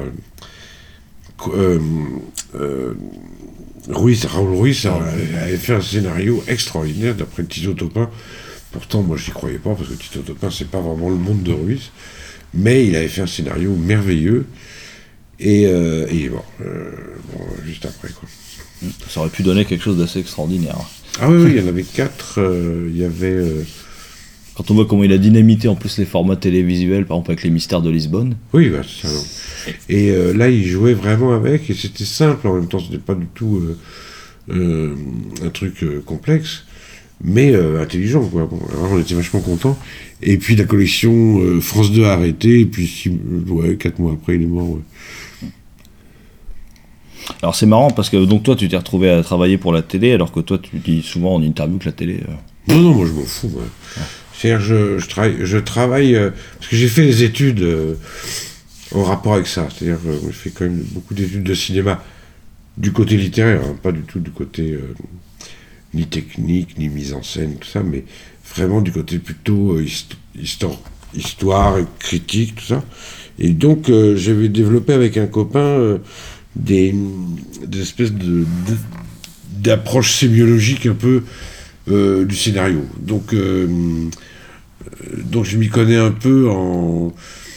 Euh, euh, Ruiz, Raoul Ruiz avait fait un scénario extraordinaire d'après Tito Topin. Pourtant, moi, je n'y croyais pas parce que Tito Topin, c'est pas vraiment le monde de Ruiz. Mais il avait fait un scénario merveilleux. Et, euh, et bon, euh, bon, juste après, quoi. Ça aurait pu donner quelque chose d'assez extraordinaire. Ah oui, oui, il y en avait quatre. Euh, il y avait... Euh... Quand on voit comment il a dynamité en plus les formats télévisuels, par exemple avec les Mystères de Lisbonne. Oui, bah, c'est ça. Et euh, là, il jouait vraiment avec, et c'était simple en même temps, c'était pas du tout euh, euh, un truc euh, complexe, mais euh, intelligent, quoi. Bon, alors, on était vachement contents. Et puis la collection euh, France deux a arrêté, et puis six, ouais, quatre mois après, il est mort. Ouais. Alors c'est marrant parce que donc toi tu t'es retrouvé à travailler pour la télé alors que toi tu dis souvent en interview que la télé... Euh... Non, non, moi je m'en fous. Ouais. Ouais. C'est-à-dire je, je travaille, je travaille euh, parce que j'ai fait des études euh, en rapport avec ça. C'est-à-dire que j'ai fait quand même beaucoup d'études de cinéma du côté littéraire, hein, pas du tout du côté euh, ni technique, ni mise en scène, tout ça, mais vraiment du côté plutôt euh, histoire, histoire, critique, tout ça. Et donc euh, j'avais développé avec un copain... Euh, Des, des espèces de, de, d'approche sémiologique un peu euh, du scénario. Donc, euh, donc je m'y connais un peu en,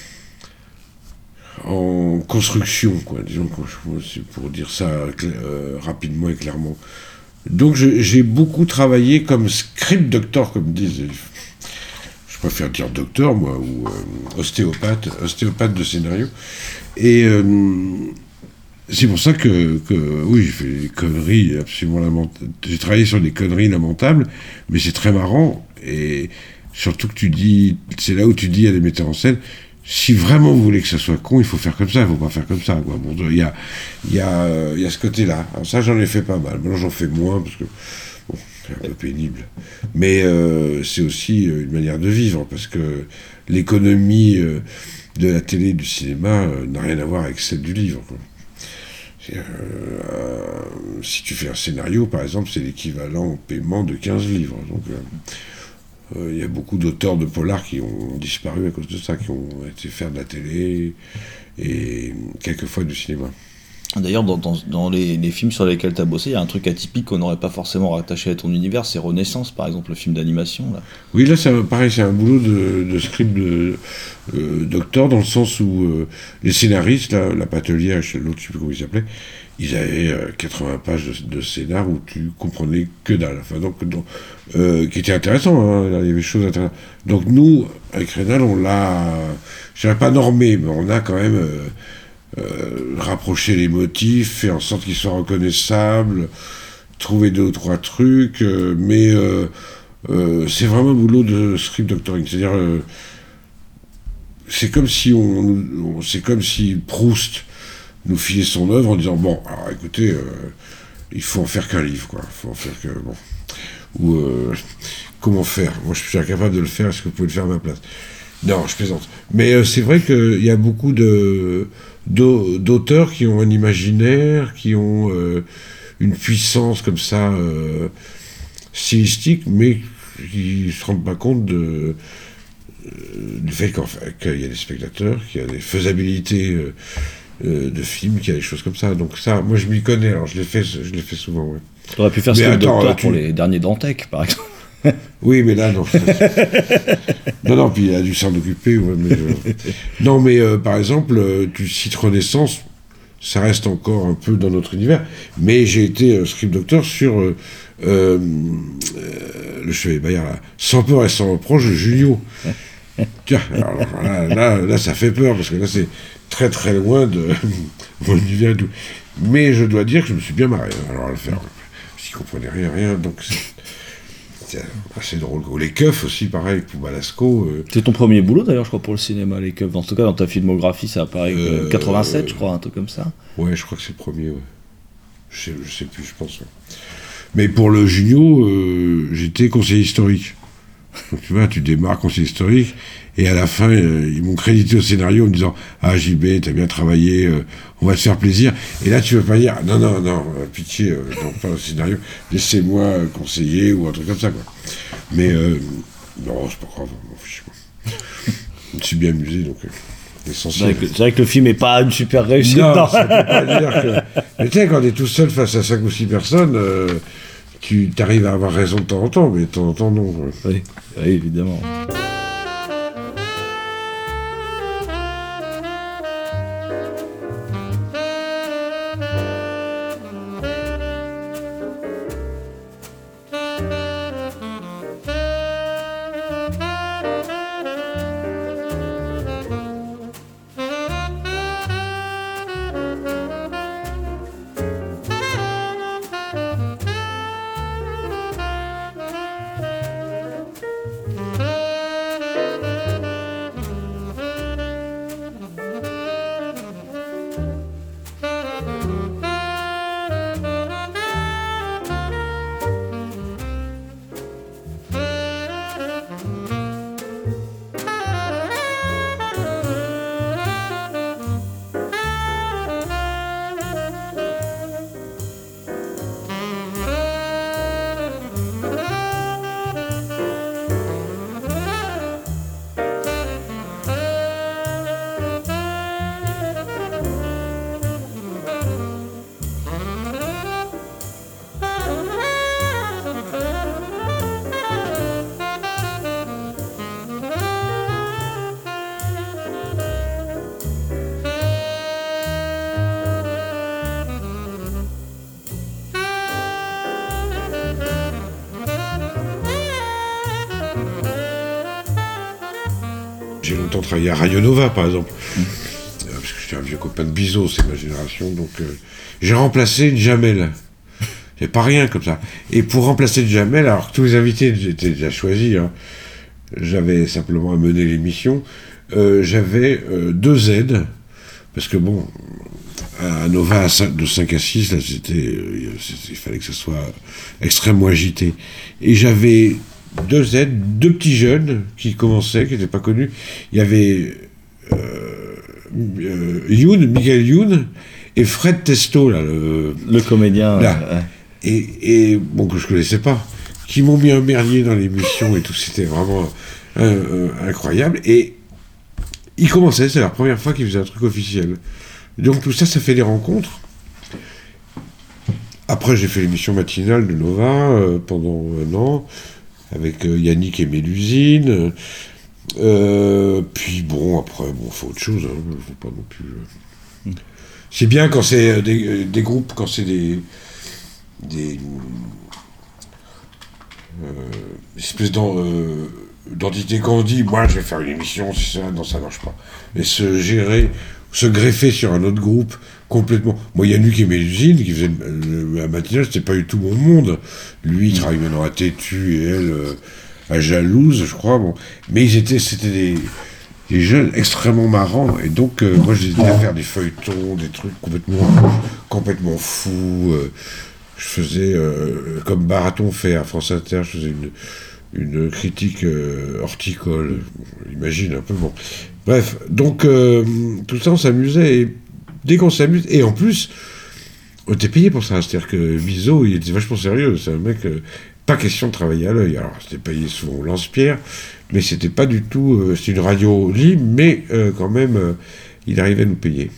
en construction, quoi, disons, c'est pour dire ça euh, rapidement et clairement. Donc je, j'ai beaucoup travaillé comme script doctor, comme disent... Je préfère dire docteur, moi, ou euh, ostéopathe, ostéopathe de scénario. Et... Euh, c'est pour ça que, que, oui, j'ai fait des conneries absolument lamentables. J'ai travaillé sur des conneries lamentables, mais c'est très marrant. Et surtout que tu dis, c'est là où tu dis à des metteurs en scène, si vraiment vous voulez que ça soit con, il faut faire comme ça, il ne faut pas faire comme ça, quoi. Bon, il y a, y a, y a ce côté-là. Alors ça, j'en ai fait pas mal. Maintenant, j'en fais moins, parce que, bon, c'est un peu pénible. Mais euh, c'est aussi une manière de vivre, parce que l'économie euh, de la télé et du cinéma euh, n'a rien à voir avec celle du livre, quoi. C'est, euh, un, si tu fais un scénario, par exemple, c'est l'équivalent au paiement de quinze livres. Donc, il euh, euh, y a beaucoup d'auteurs de polars qui ont disparu à cause de ça, qui ont été faire de la télé et quelquefois du cinéma. D'ailleurs, dans, dans, dans les, les films sur lesquels tu as bossé, il y a un truc atypique qu'on n'aurait pas forcément rattaché à ton univers, c'est Renaissance, par exemple, le film d'animation. Là. Oui, là, c'est pareil, c'est un boulot de, de script de euh, docteur, dans le sens où euh, les scénaristes, là, la patelière, l'autre, je sais plus comment il s'appelait, ils avaient euh, quatre-vingts pages de, de scénar où tu comprenais que dalle. Enfin, donc, donc euh, qui était intéressant, hein, là, il y avait des choses intéressantes. Donc nous, avec Rénal, on l'a, je dirais pas normé, mais on a quand même... Euh, Euh, rapprocher les motifs, faire en sorte qu'ils soient reconnaissables, trouver deux ou trois trucs, euh, mais euh, euh, c'est vraiment un boulot de script doctoring. C'est-à-dire, euh, c'est comme si on, on, c'est comme si Proust nous filait son œuvre en disant bon, alors écoutez, euh, il faut en faire qu'un livre, quoi. Il faut en faire que bon. Ou euh, comment faire ? Moi, je suis incapable de le faire. Est-ce que vous pouvez le faire à ma place ? Non, je plaisante. Mais euh, c'est vrai qu'il y a beaucoup de d'auteurs qui ont un imaginaire, qui ont euh, une puissance comme ça euh, stylistique, mais qui ne se rendent pas compte de, euh, du fait qu'il y a des spectateurs, qu'il y a des faisabilités euh, euh, de films, qu'il y a des choses comme ça. Donc ça, moi je m'y connais, alors je l'ai fait, je l'ai fait souvent. Ouais. Tu aurais pu faire ce que le docteur pour les derniers Dantec, par exemple. Oui, mais là, non. non, non, puis il a dû s'en occuper. Ouais, mais, euh... non, mais euh, par exemple, euh, tu cites Renaissance, ça reste encore un peu dans notre univers, mais j'ai été euh, script docteur sur euh, euh, euh, le Chevalier Bayard, là, Sans peur et sans reproche de Junio. Tiens, alors, là, là, là, ça fait peur, parce que là, c'est très très loin de mon univers et tout. Mais je dois dire que je me suis bien marré, alors à le faire. Parce qu'il ne comprenait rien, rien, donc c'est... C'est assez drôle. Les keufs aussi, pareil, pour Balasco. Euh... C'est ton premier boulot d'ailleurs, je crois, pour le cinéma, les keufs. En tout cas, dans ta filmographie, ça apparaît euh, quatre-vingt-sept, euh... je crois, un truc comme ça. Ouais, je crois que c'est le premier, ouais. Je sais, je sais plus, je pense. Ouais. Mais pour le Junio, euh, j'étais conseiller historique. Donc tu vois, tu démarres conseiller historique, et à la fin, euh, ils m'ont crédité au scénario en me disant « Ah, J B, t'as bien travaillé, euh, on va te faire plaisir. » Et là, tu veux pas dire « Non, non, non, euh, pitié, euh, non, pas le scénario, laissez-moi euh, conseiller, ou un truc comme ça, quoi. » Mais, euh, non, c'est pas grave, je, je me suis bien amusé, donc... Euh, c'est vrai, que, c'est vrai que le film n'est pas une super réussite. Non, non. Ça peut pas dire que... Mais tu sais, quand t'es tout seul face à cinq ou six personnes... Euh, tu arrives à avoir raison de temps en temps, mais de temps en temps, non. Oui, oui, évidemment. J'ai longtemps travaillé à Radio Nova, par exemple. Mmh. Euh, parce que j'étais un vieux copain de Bizot, c'est ma génération. Donc, euh, j'ai remplacé Jamel. C'est pas rien comme ça. Et pour remplacer Jamel, alors que tous les invités étaient déjà choisis, hein, j'avais simplement à mener l'émission, euh, j'avais euh, deux aides. Parce que bon, à Nova à cinq, de cinq à six, là, c'était, euh, c'était, il fallait que ça soit extrêmement agité. Et j'avais deux aides, deux petits jeunes qui commençaient, qui n'étaient pas connus. Il y avait euh, euh, Youn, Michael Youn, et Fred Testo, là, le, le comédien. là, Euh, ouais. et, et bon, que je connaissais pas, qui m'ont mis un merdier dans l'émission et tout, c'était vraiment euh, euh, incroyable. Et ils commençaient, c'est la première fois qu'ils faisaient un truc officiel. Donc tout ça, ça fait des rencontres. Après, j'ai fait l'émission matinale de Nova euh, pendant un an, avec euh, Yannick et Mélusine. Euh, puis bon, après, bon, faut autre chose, hein, faut pas non plus... Euh... Mm. C'est bien quand c'est euh, des, euh, des groupes, quand c'est des... des... Euh, espèces d'en, euh, d'entités qu'on dit, moi je vais faire une émission, c'est ça, non, ça marche pas. Et se gérer, se greffer sur un autre groupe, complètement. Moi, Yannick et Mélusine, qui faisait la matinale, c'était pas du tout mon monde. Lui, il mmh. travaille maintenant à Tétu et elle euh, à Jalouse, je crois. Bon. Mais ils étaient, c'était des, des jeunes extrêmement marrants. Et donc, euh, moi, je les aidais à faire des feuilletons, des trucs complètement, complètement fous. Euh, je faisais, euh, comme Baraton fait à France Inter, je faisais une, une critique euh, horticole. Imagine un peu, bon. Bref, donc, euh, tout ça, on s'amusait. Et dès qu'on s'amuse, et en plus, on était payé pour ça. C'est-à-dire que Viso, il était vachement sérieux. C'est un mec, euh, pas question de travailler à l'œil. Alors, c'était payé souvent au lance-pierre, mais c'était pas du tout. Euh, c'était une radio libre, mais euh, quand même, euh, il arrivait à nous payer.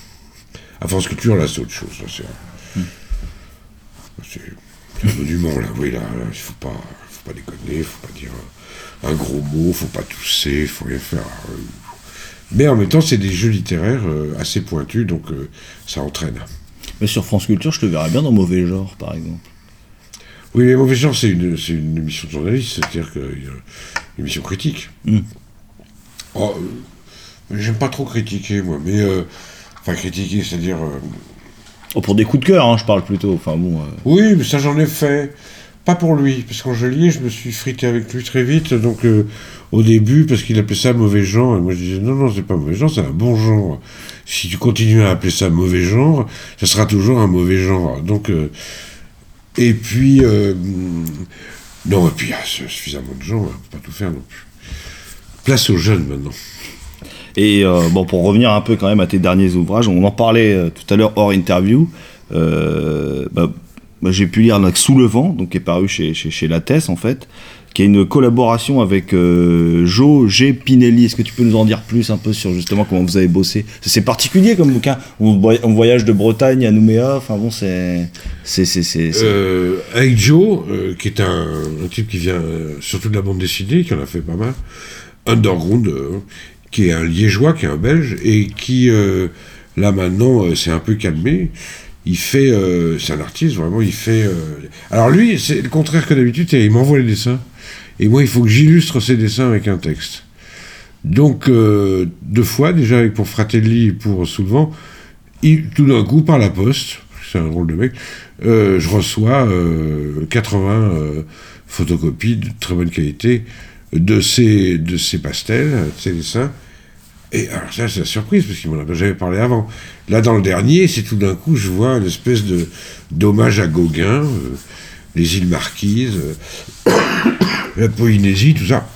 À France Culture, là, c'est autre chose. Là, c'est, mm. c'est, c'est un monument, là. Oui, là, là il faut pas, faut pas déconner, faut pas dire un, un gros mot, faut pas tousser, faut rien faire. Euh, Mais en même temps, c'est des jeux littéraires euh, assez pointus, donc euh, ça entraîne. Mais sur France Culture, je te verrais bien dans Mauvais Genre, par exemple. Oui, mais Mauvais Genre, c'est une, c'est une émission de journaliste, c'est-à-dire que, une, une émission critique. Mm. Oh, euh, j'aime pas trop critiquer, moi, mais... Euh, enfin, critiquer, c'est-à-dire... Euh, oh, pour des coups de cœur, hein, je parle plutôt, enfin bon... Euh... Oui, mais ça, j'en ai fait. Pas pour lui, parce que quand je liais, je me suis frité avec lui très vite, donc... Euh, au début, parce qu'il appelait ça mauvais genre, et moi je disais non, non, c'est pas mauvais genre, c'est un bon genre. Si tu continues à appeler ça mauvais genre, ça sera toujours un mauvais genre. Donc, euh, et puis, euh, non, et puis il y a suffisamment de gens, on peut pas tout faire non plus. Place aux jeunes maintenant. Et euh, bon, pour revenir un peu quand même à tes derniers ouvrages, on en parlait euh, tout à l'heure hors interview. Euh, bah, bah, j'ai pu lire donc, Sous le vent, donc qui est paru chez, chez, chez Lattès en fait, qui est une collaboration avec euh, Jo G. Pinelli. Est-ce que tu peux nous en dire plus un peu sur justement comment vous avez bossé ? C'est particulier comme bouquin. On, on voyage de Bretagne à Nouméa. Enfin bon, c'est c'est c'est c'est. Euh, avec Jo, euh, qui est un, un type qui vient euh, surtout de la bande dessinée, qui en a fait pas mal. Underground, euh, qui est un Liégeois, qui est un Belge et qui euh, là maintenant euh, s'est un peu calmé. Il fait, euh, c'est un artiste vraiment. Il fait. Euh, alors lui, c'est le contraire que d'habitude. Il m'envoie les dessins. Et moi, il faut que j'illustre ces dessins avec un texte. Donc, euh, deux fois, déjà avec pour Fratelli et pour Sous le vent, il, tout d'un coup, par la poste, c'est un drôle de mec, euh, je reçois euh, quatre-vingts euh, photocopies de très bonne qualité de ces, de ces pastels, de ces dessins. Et alors ça, c'est la surprise, parce qu'il m'en a jamais parlé avant. Là, dans le dernier, c'est tout d'un coup, je vois une espèce de, d'hommage à Gauguin, euh, les îles Marquises, euh, la Polynésie, tout ça.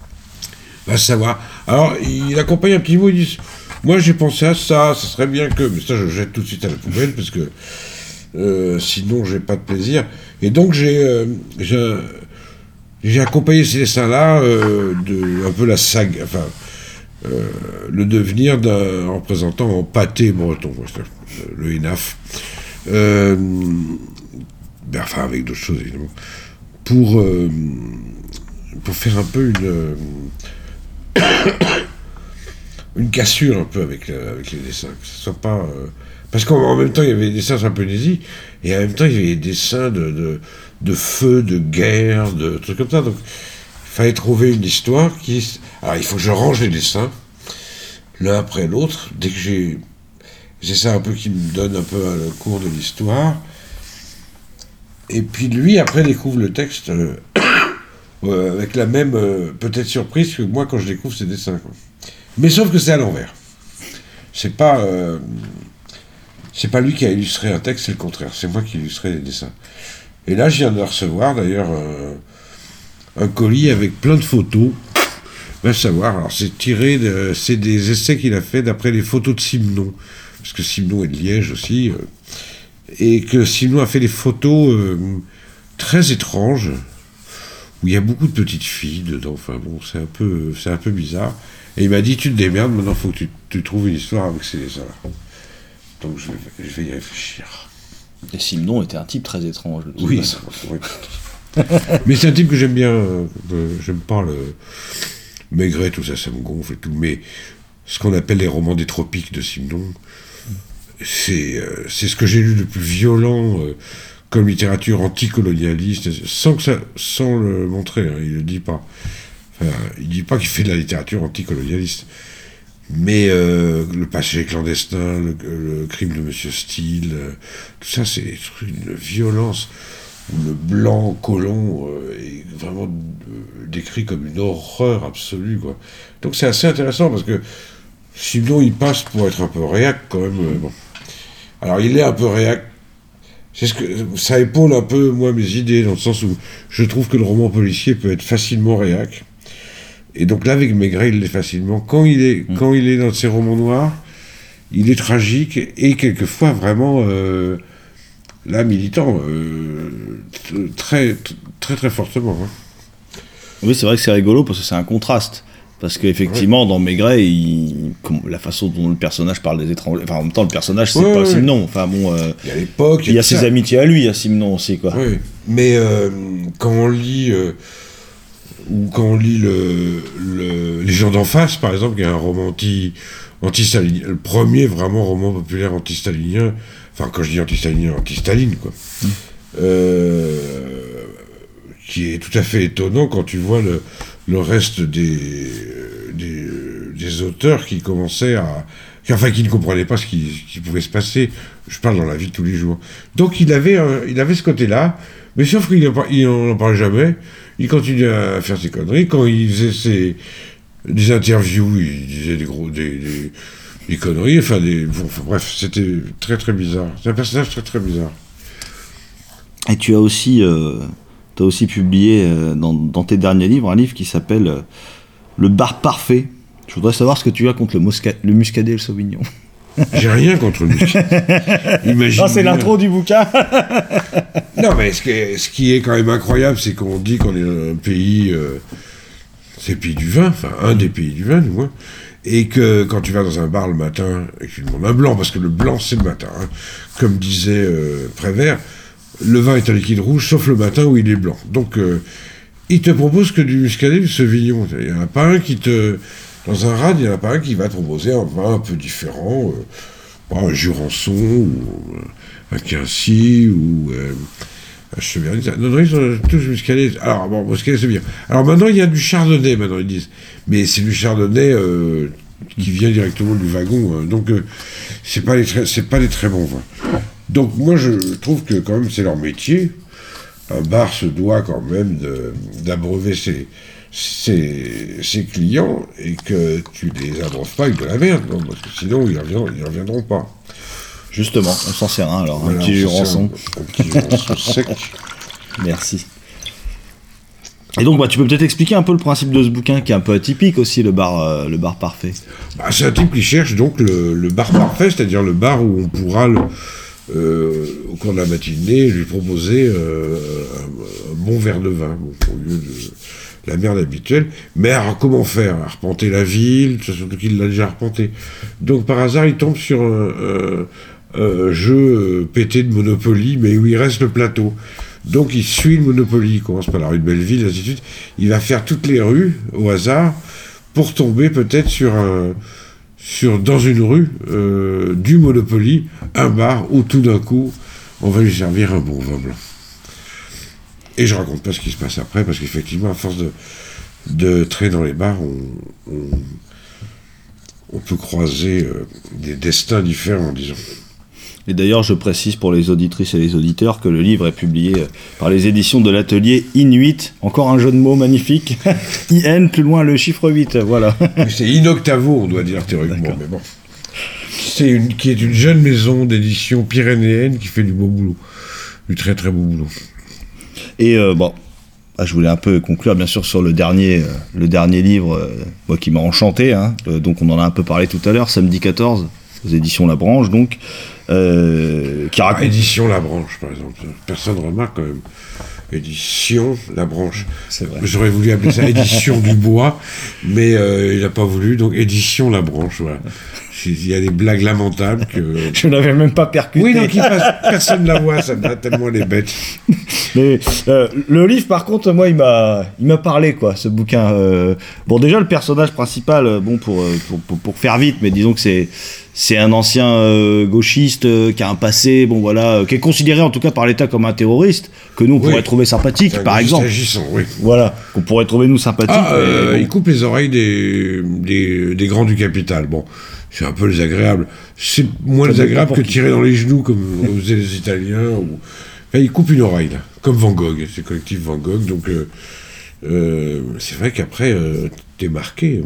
Va savoir. Alors, il accompagne un petit mot, il dit « Moi, j'ai pensé à ça, ça serait bien que... » Mais ça, je jette tout de suite à la poubelle, parce que euh, sinon, j'ai pas de plaisir. Et donc, j'ai, euh, j'ai, j'ai accompagné ces dessins-là, euh, de un peu la saga... Enfin, euh, le devenir d'un représentant en pâté breton, le Hénaf. Euh, ben, enfin, avec d'autres choses, évidemment. Pour... Euh, pour faire un peu une euh, une cassure un peu avec, euh, avec les dessins, que ce soit pas euh, parce qu'en même temps il y avait des dessins sur la Polynésie et en même temps il y avait des dessins de, de, de feu, de guerre, de trucs comme ça, donc il fallait trouver une histoire qui... Alors il faut que je range les dessins l'un après l'autre, dès que j'ai c'est ça un peu qui me donne un peu le cours de l'histoire, et puis lui après découvre le texte euh, Euh, avec la même euh, peut-être surprise que moi quand je découvre ces dessins, quoi. Mais sauf que c'est à l'envers. C'est pas euh, c'est pas lui qui a illustré un texte, c'est le contraire. C'est moi qui ai illustré les dessins. Et là, je viens de recevoir d'ailleurs euh, un colis avec plein de photos. Va savoir. Alors c'est tiré, de, c'est des essais qu'il a fait d'après les photos de Simon. parce que Simenon est de Liège aussi, euh, et que Simenon a fait des photos euh, très étranges, où il y a beaucoup de petites filles dedans, enfin bon, c'est un peu, c'est un peu bizarre. Et il m'a dit, tu te démerdes, maintenant il faut que tu, tu trouves une histoire avec ces dessins-là. Donc je vais, je vais y réfléchir. Et Simenon était un type très étrange. Oui, ça, oui. Mais c'est un type que j'aime bien, euh, j'aime pas le Maigret, tout ça, ça me gonfle et tout, mais ce qu'on appelle les romans des tropiques de Simenon, c'est, euh, c'est ce que j'ai lu de plus violent euh, comme littérature anticolonialiste, sans, que ça, sans le montrer, hein, il le dit pas. Enfin, il dit pas qu'il fait de la littérature anticolonialiste. Mais euh, le passé clandestin, le, le crime de Monsieur Steele, euh, tout ça, c'est des trucs de violence, où le blanc colon euh, est vraiment euh, décrit comme une horreur absolue, quoi. Donc c'est assez intéressant, parce que sinon il passe pour être un peu réac, quand même. Euh, bon. Alors il est un peu réac, c'est ce que, ça épaule un peu, moi, mes idées, dans le sens où je trouve que le roman policier peut être facilement réac. Et donc là, avec Maigret, il l'est facilement. Quand il est, mmh. quand il est dans ses romans noirs, il est tragique et quelquefois vraiment, euh, là, militant, euh, très, très, très fortement. Hein. Oui, c'est vrai que c'est rigolo parce que c'est un contraste. Parce qu'effectivement, ouais. dans Maigret, il, la façon dont le personnage parle des étrangers... Enfin, en même temps, le personnage, c'est ouais, pas ouais. Simenon. Enfin, bon, euh, il y a l'époque... Il y a ses ça. amitiés à lui, à Simenon aussi, quoi. Oui, mais euh, quand on lit... Euh, ou quand on lit le, le, Les gens d'en face, par exemple, qui est un roman anti, anti-stalinien, le premier vraiment roman populaire anti-stalinien, enfin, quand je dis anti-stalinien, anti-Staline, quoi, mmh. euh, qui est tout à fait étonnant quand tu vois le, le reste des, des, des auteurs qui commençaient à... Enfin, qui ne comprenaient pas ce qui, qui pouvait se passer. Je parle dans la vie de tous les jours. Donc, il avait, un, il avait ce côté-là, mais sauf qu'il n'en parlait jamais. Il continuait à faire ses conneries. Quand il faisait ses, des interviews, il disait des gros, des, des, des conneries. Enfin, des, bon, enfin, bref, c'était très très bizarre. C'est un personnage très très bizarre. Et tu as aussi, euh, t'as aussi publié euh, dans, dans tes derniers livres un livre qui s'appelle euh, Le bar parfait. Je voudrais savoir ce que tu as contre le, musca- le muscadet et le sauvignon. J'ai rien contre le muscadet. Imagine. Non, c'est bien. L'intro du bouquin. Non, mais ce qui, est, ce qui est quand même incroyable, c'est qu'on dit qu'on est un pays, euh, c'est le pays du vin, enfin un des pays du vin, du moins, et que quand tu vas dans un bar le matin et que tu demandes un blanc, parce que le blanc c'est le matin, hein, comme disait euh, Prévert, le vin est un liquide rouge, sauf le matin où il est blanc. Donc, euh, il te propose que du muscadet, du sauvignon. Il n'y en a pas un qui te... Dans un rad, il n'y en a pas un qui va te proposer un vin un peu différent, euh, un Jurançon, ou euh, un Quincy, ou euh, un Cheverny. Non, non, ils sont tous muscadés. Alors, bon, muscadet, c'est bien. Alors maintenant, il y a du chardonnay, maintenant, ils disent. Mais c'est du chardonnay euh, qui vient directement du wagon. Hein. Donc, euh, c'est pas les très, c'est pas les très bons vins. Donc, moi, je trouve que, quand même, c'est leur métier. Un bar se doit, quand même, de, d'abreuver ses... Ses, ses clients et que tu les abreuves pas avec de la merde, non, parce que sinon ils ne reviendront, ils reviendront pas. Justement, on s'en sert un alors, voilà, un petit Jurançon. Un, un petit Jurançon sec. Merci. Et donc, bah, tu peux peut-être expliquer un peu le principe de ce bouquin qui est un peu atypique aussi, le bar, euh, le bar parfait. Bah, c'est un type qui cherche donc le, le bar parfait, c'est-à-dire le bar où on pourra, le, euh, au cours de la matinée, lui proposer euh, un, un bon verre de vin, bon, au lieu de la merde habituelle. Mais alors, comment faire ? Arpenter la ville, surtout qu'il l'a déjà arpenté. Donc, par hasard, il tombe sur un, un, un jeu pété de Monopoly, mais où il reste le plateau. Donc, il suit le Monopoly. Il commence par la rue de Belleville, ainsi de suite. Il va faire toutes les rues, au hasard, pour tomber peut-être sur un... sur, dans une rue euh, du Monopoly, un bar où tout d'un coup, on va lui servir un bon vin blanc. Et je raconte pas ce qui se passe après, parce qu'effectivement, à force de, de traîner dans les bars, on, on, on peut croiser euh, des destins différents, disons. Et d'ailleurs, je précise pour les auditrices et les auditeurs que le livre est publié par les éditions de l'atelier Inuit. Encore un jeu de mots magnifique. I N, plus loin le chiffre huit, voilà. Mais c'est Inoctavo, on doit dire théoriquement, D'accord. mais bon. C'est une, qui est une jeune maison d'édition pyrénéenne qui fait du beau boulot. Du très très beau boulot. Et euh, bon, ah, je voulais un peu conclure bien sûr sur le dernier, euh, le dernier livre, euh, moi qui m'a enchanté, hein, euh, donc on en a un peu parlé tout à l'heure, Samedi quatorze. aux éditions La Branche, donc, euh, qui raconte... Ah, édition La Branche, par exemple. Personne ne remarque quand même. Édition La Branche. C'est vrai. J'aurais voulu appeler ça édition du bois, mais euh, il n'a pas voulu, donc édition La Branche, voilà. Il y a des blagues lamentables que... Je n'avais même pas percuté. Oui, donc il passe, personne ne la voit, ça me date tellement les bêtes. Mais euh, le livre, par contre, moi, il m'a, il m'a parlé, quoi, ce bouquin. Euh, bon, déjà, le personnage principal, euh, bon, pour, pour, pour, pour faire vite, mais disons que c'est, c'est un ancien euh, gauchiste euh, qui a un passé, bon, voilà, euh, qui est considéré, en tout cas, par l'État comme un terroriste, que nous, on Oui. pourrait trouver sympathique, C'est un par gauchiste exemple. agissant, oui. Voilà, qu'on pourrait trouver, nous, sympathique. Ah, euh, mais bon. il coupe les oreilles des, des, des grands du capital. Bon, c'est un peu désagréable. C'est moins Ça désagréable dépend que pour qui. tirer dans les genoux, comme faisaient les Italiens. Ou... Enfin, il coupe une oreille, là, comme Van Gogh. C'est le collectif Van Gogh. Donc, euh, euh, c'est vrai qu'après, euh, t'es marqué.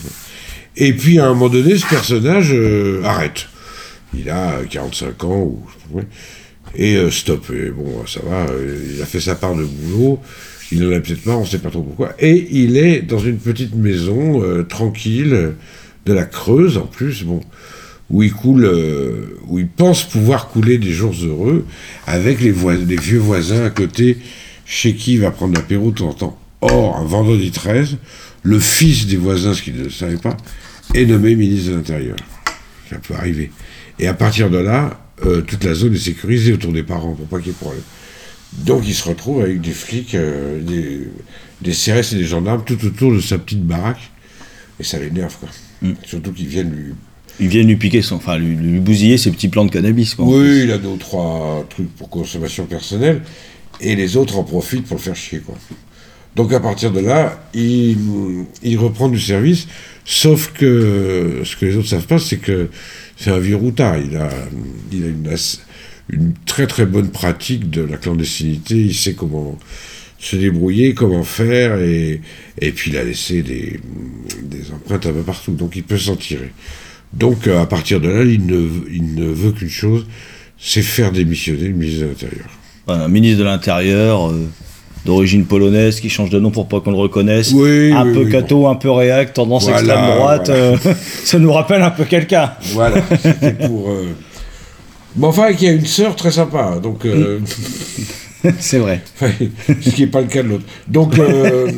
Et puis, à un moment donné, ce personnage euh, arrête. Il a quarante-cinq ans, ou... ouais, et euh, stop. Et bon, ça va, euh, il a fait sa part de boulot. Il en a peut-être marre, on ne sait pas trop pourquoi. Et il est dans une petite maison, euh, tranquille, de la Creuse, en plus, bon, où il coule, euh, où il pense pouvoir couler des jours heureux, avec les, vois- les vieux voisins à côté, chez qui il va prendre l'apéro de temps en temps. Or, un vendredi treize, le fils des voisins, ce qu'il ne savait pas, est nommé ministre de l'Intérieur. Ça peut arriver. Et à partir de là, euh, toute la zone est sécurisée autour des parents, pour pas qu'il y ait de problème. Donc il se retrouve avec des flics, euh, des, des C R S et des gendarmes tout autour de sa petite baraque, et ça l'énerve, quoi. Mm. Surtout qu'ils viennent lui... Ils viennent lui piquer son, enfin, lui, lui bousiller ses petits plants de cannabis, quoi. en Oui, plus. il a deux ou trois trucs pour consommation personnelle, et les autres en profitent pour le faire chier, quoi. Donc à partir de là, il, il reprend du service, sauf que ce que les autres savent pas, c'est que c'est un vieux routard. Il a, il a une, as- une très très bonne pratique de la clandestinité, il sait comment se débrouiller, comment faire, et, et puis il a laissé des, des empreintes un peu partout, donc il peut s'en tirer. Donc euh, à partir de là, il ne, il ne veut qu'une chose, c'est faire démissionner le ministre de l'Intérieur. Voilà, un ministre de l'Intérieur, euh, d'origine polonaise, qui change de nom pour pas qu'on le reconnaisse. Oui, un oui, peu oui, catho, un peu réac, tendance Voilà, extrême droite. voilà. euh, ça nous rappelle un peu quelqu'un. Voilà, c'était pour... Euh... Mais enfin, il y a une sœur très sympa, donc... Euh... C'est vrai. enfin, ce qui n'est pas le cas de l'autre. Donc, euh...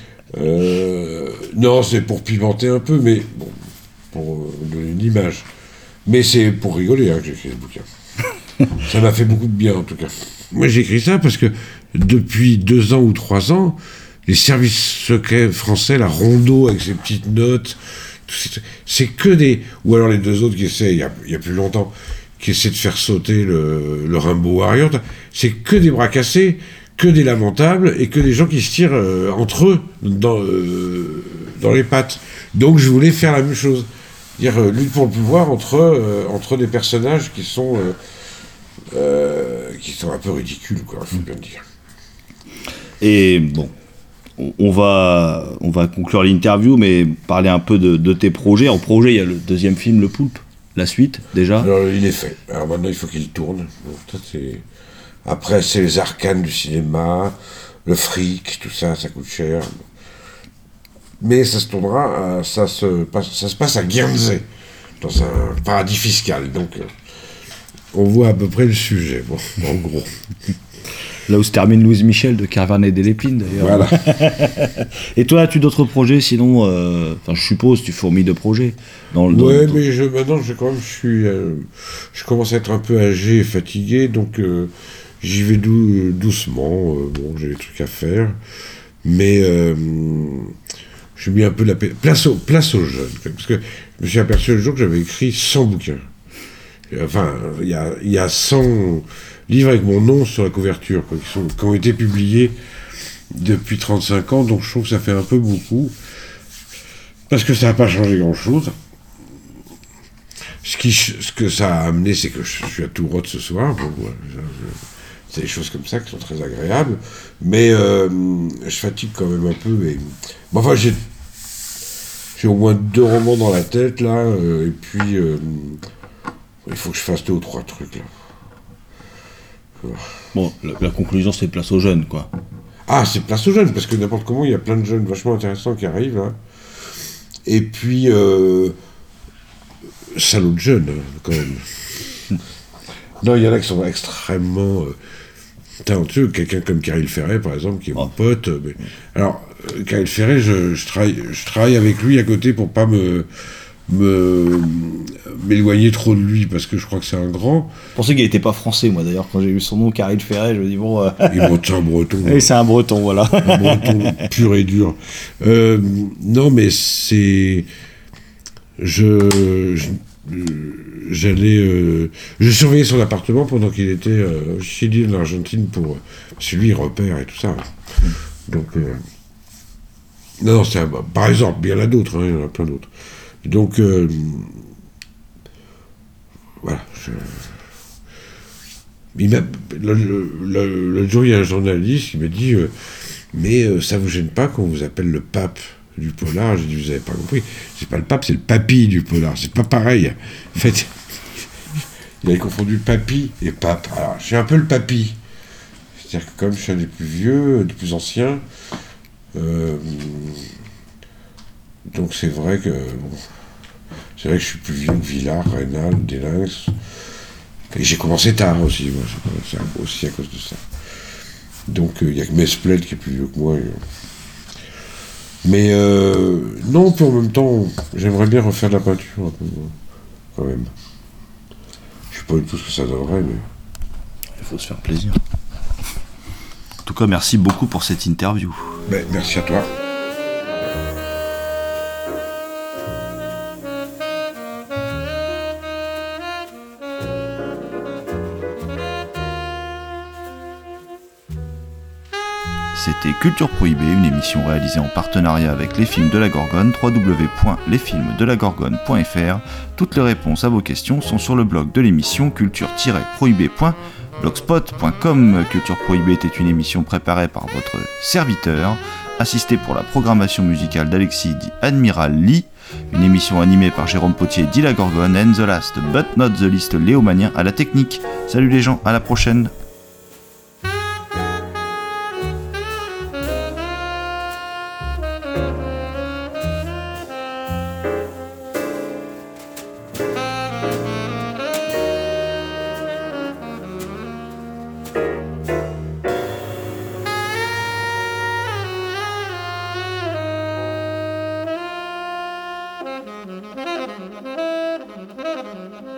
euh... non, c'est pour pimenter un peu, mais bon, pour euh, donner une image. Mais c'est pour rigoler hein, que j'ai écrit ce bouquin. Ça m'a fait beaucoup de bien, en tout cas. Moi, j'ai écrit ça parce que depuis deux ans ou trois ans, les services secrets français, la Rondeau avec ses petites notes, tout ces- c'est que des... Ou alors les deux autres qui essaient, il y a, il y a plus longtemps, qui essaient de faire sauter le, le Rainbow Warrior, c'est que des bras cassés, que des lamentables, et que des gens qui se tirent euh, entre eux dans, euh, dans les pattes. Donc je voulais faire la même chose. Dire euh, lutte pour le pouvoir entre, euh, entre des personnages qui sont... Euh, euh, qui sont un peu ridicules, quoi, il faut bien le dire. Et bon, on, on va, on va conclure l'interview, mais parler un peu de, de tes projets. En projet, il y a le deuxième film, Le Poulpe, la suite, déjà. Alors, il est fait. Alors maintenant, il faut qu'il tourne. Bon, ça, c'est... Après, c'est les arcanes du cinéma, le fric, tout ça, ça coûte cher. Mais ça se tournera, à- ça, se passe, ça se passe à Guernsey, dans un paradis fiscal. Donc, euh, on voit à peu près le sujet, bon, en gros. Là où se termine Louise Michel de Carvan et des Lépines, d'ailleurs. Voilà. Et toi, as-tu d'autres projets, sinon euh, enfin, je suppose, tu fourmilles de projets. Dans, le- dans, Ouais, dans- mais je, maintenant, je, quand même, je suis, euh, je commence à être un peu âgé et fatigué, donc euh, j'y vais dou- doucement. euh, bon, j'ai des trucs à faire, mais euh, je mets un peu la pa- place, au, place aux jeunes, quand même, parce que je me suis aperçu le jour que j'avais écrit cent bouquins. Et, enfin, il y a, il y a cent livres avec mon nom sur la couverture, quoi, qui, sont, qui ont été publiés depuis trente-cinq ans, donc je trouve que ça fait un peu beaucoup, parce que ça n'a pas changé grand-chose. Ce, qui, ce que ça a amené, c'est que je suis à Tourotte ce soir. Bon, ouais, je- je- c'est des choses comme ça qui sont très agréables. Mais euh, je fatigue quand même un peu. Mais, bon, enfin, j'ai, j'ai au moins deux romans dans la tête, là. euh, et puis, euh, il faut que je fasse deux ou trois trucs, là. Bon, la, la conclusion, c'est place aux jeunes, quoi. Ah, c'est place aux jeunes, parce que n'importe comment, il y a plein de jeunes vachement intéressants qui arrivent, là. Et puis... Euh, salaud de jeune, hein, quand même. Non, il y en a qui sont extrêmement euh, talentueux. Quelqu'un comme Caril Ferret, par exemple, qui est mon Oh. pote. euh, mais... Alors, euh, Caril Ferret, je, je, travaille, je travaille avec lui à côté pour pas me, me m'éloigner trop de lui, parce que je crois que c'est un grand. Je pensais qu'il était pas français, moi d'ailleurs, quand j'ai vu son nom, Caril Ferret, je me dis bon. Euh... Et bon, c'est un breton. Et c'est un breton, voilà. Un breton pur et dur. Euh, non, mais c'est. Je. je J'allais. Euh, je surveillais son appartement pendant qu'il était euh, au Chili, en Argentine, pour. Parce que lui, il repère et tout ça. Donc. Euh, non, non, c'est un, par exemple, il y en a d'autres, hein, il y en a plein d'autres. Donc. Euh, voilà. Je, il m'a, le, le, le, le jour, il y a un journaliste qui m'a dit euh, mais euh, ça vous gêne pas qu'on vous appelle le pape du polar? J'ai dit, vous avez pas compris, c'est pas le pape, c'est le papy du polar, c'est pas pareil. En fait, il avait confondu papy et pape. Alors, je suis un peu le papy. C'est-à-dire que comme je suis un des plus vieux, des plus anciens, euh, donc c'est vrai que bon, c'est vrai que je suis plus vieux que Villard, Rénal, Deslinx. Et j'ai commencé tard aussi, moi, j'ai commencé aussi à cause de ça. Donc il euh, n'y a que Mespled qui est plus vieux que moi. Et... Mais euh, non, puis en même temps, j'aimerais bien refaire de la peinture un peu, quand même. Je sais pas du tout ce que ça donnerait, mais... Il faut se faire plaisir. En tout cas, merci beaucoup pour cette interview. Ben, merci à toi. C'était Culture Prohibée, une émission réalisée en partenariat avec Les Films de la Gorgone, w w w point les films de la gorgone point f r. Toutes les réponses à vos questions sont sur le blog de l'émission culture tiret prohibée point blogspot point com. Culture Prohibée était une émission préparée par votre serviteur, assisté pour la programmation musicale d'Alexis dit Admiral Lee, une émission animée par Jérôme Potier dit la Gorgone, and the last but not the least Léo Manien à la technique. Salut les gens, à la prochaine. Thank you.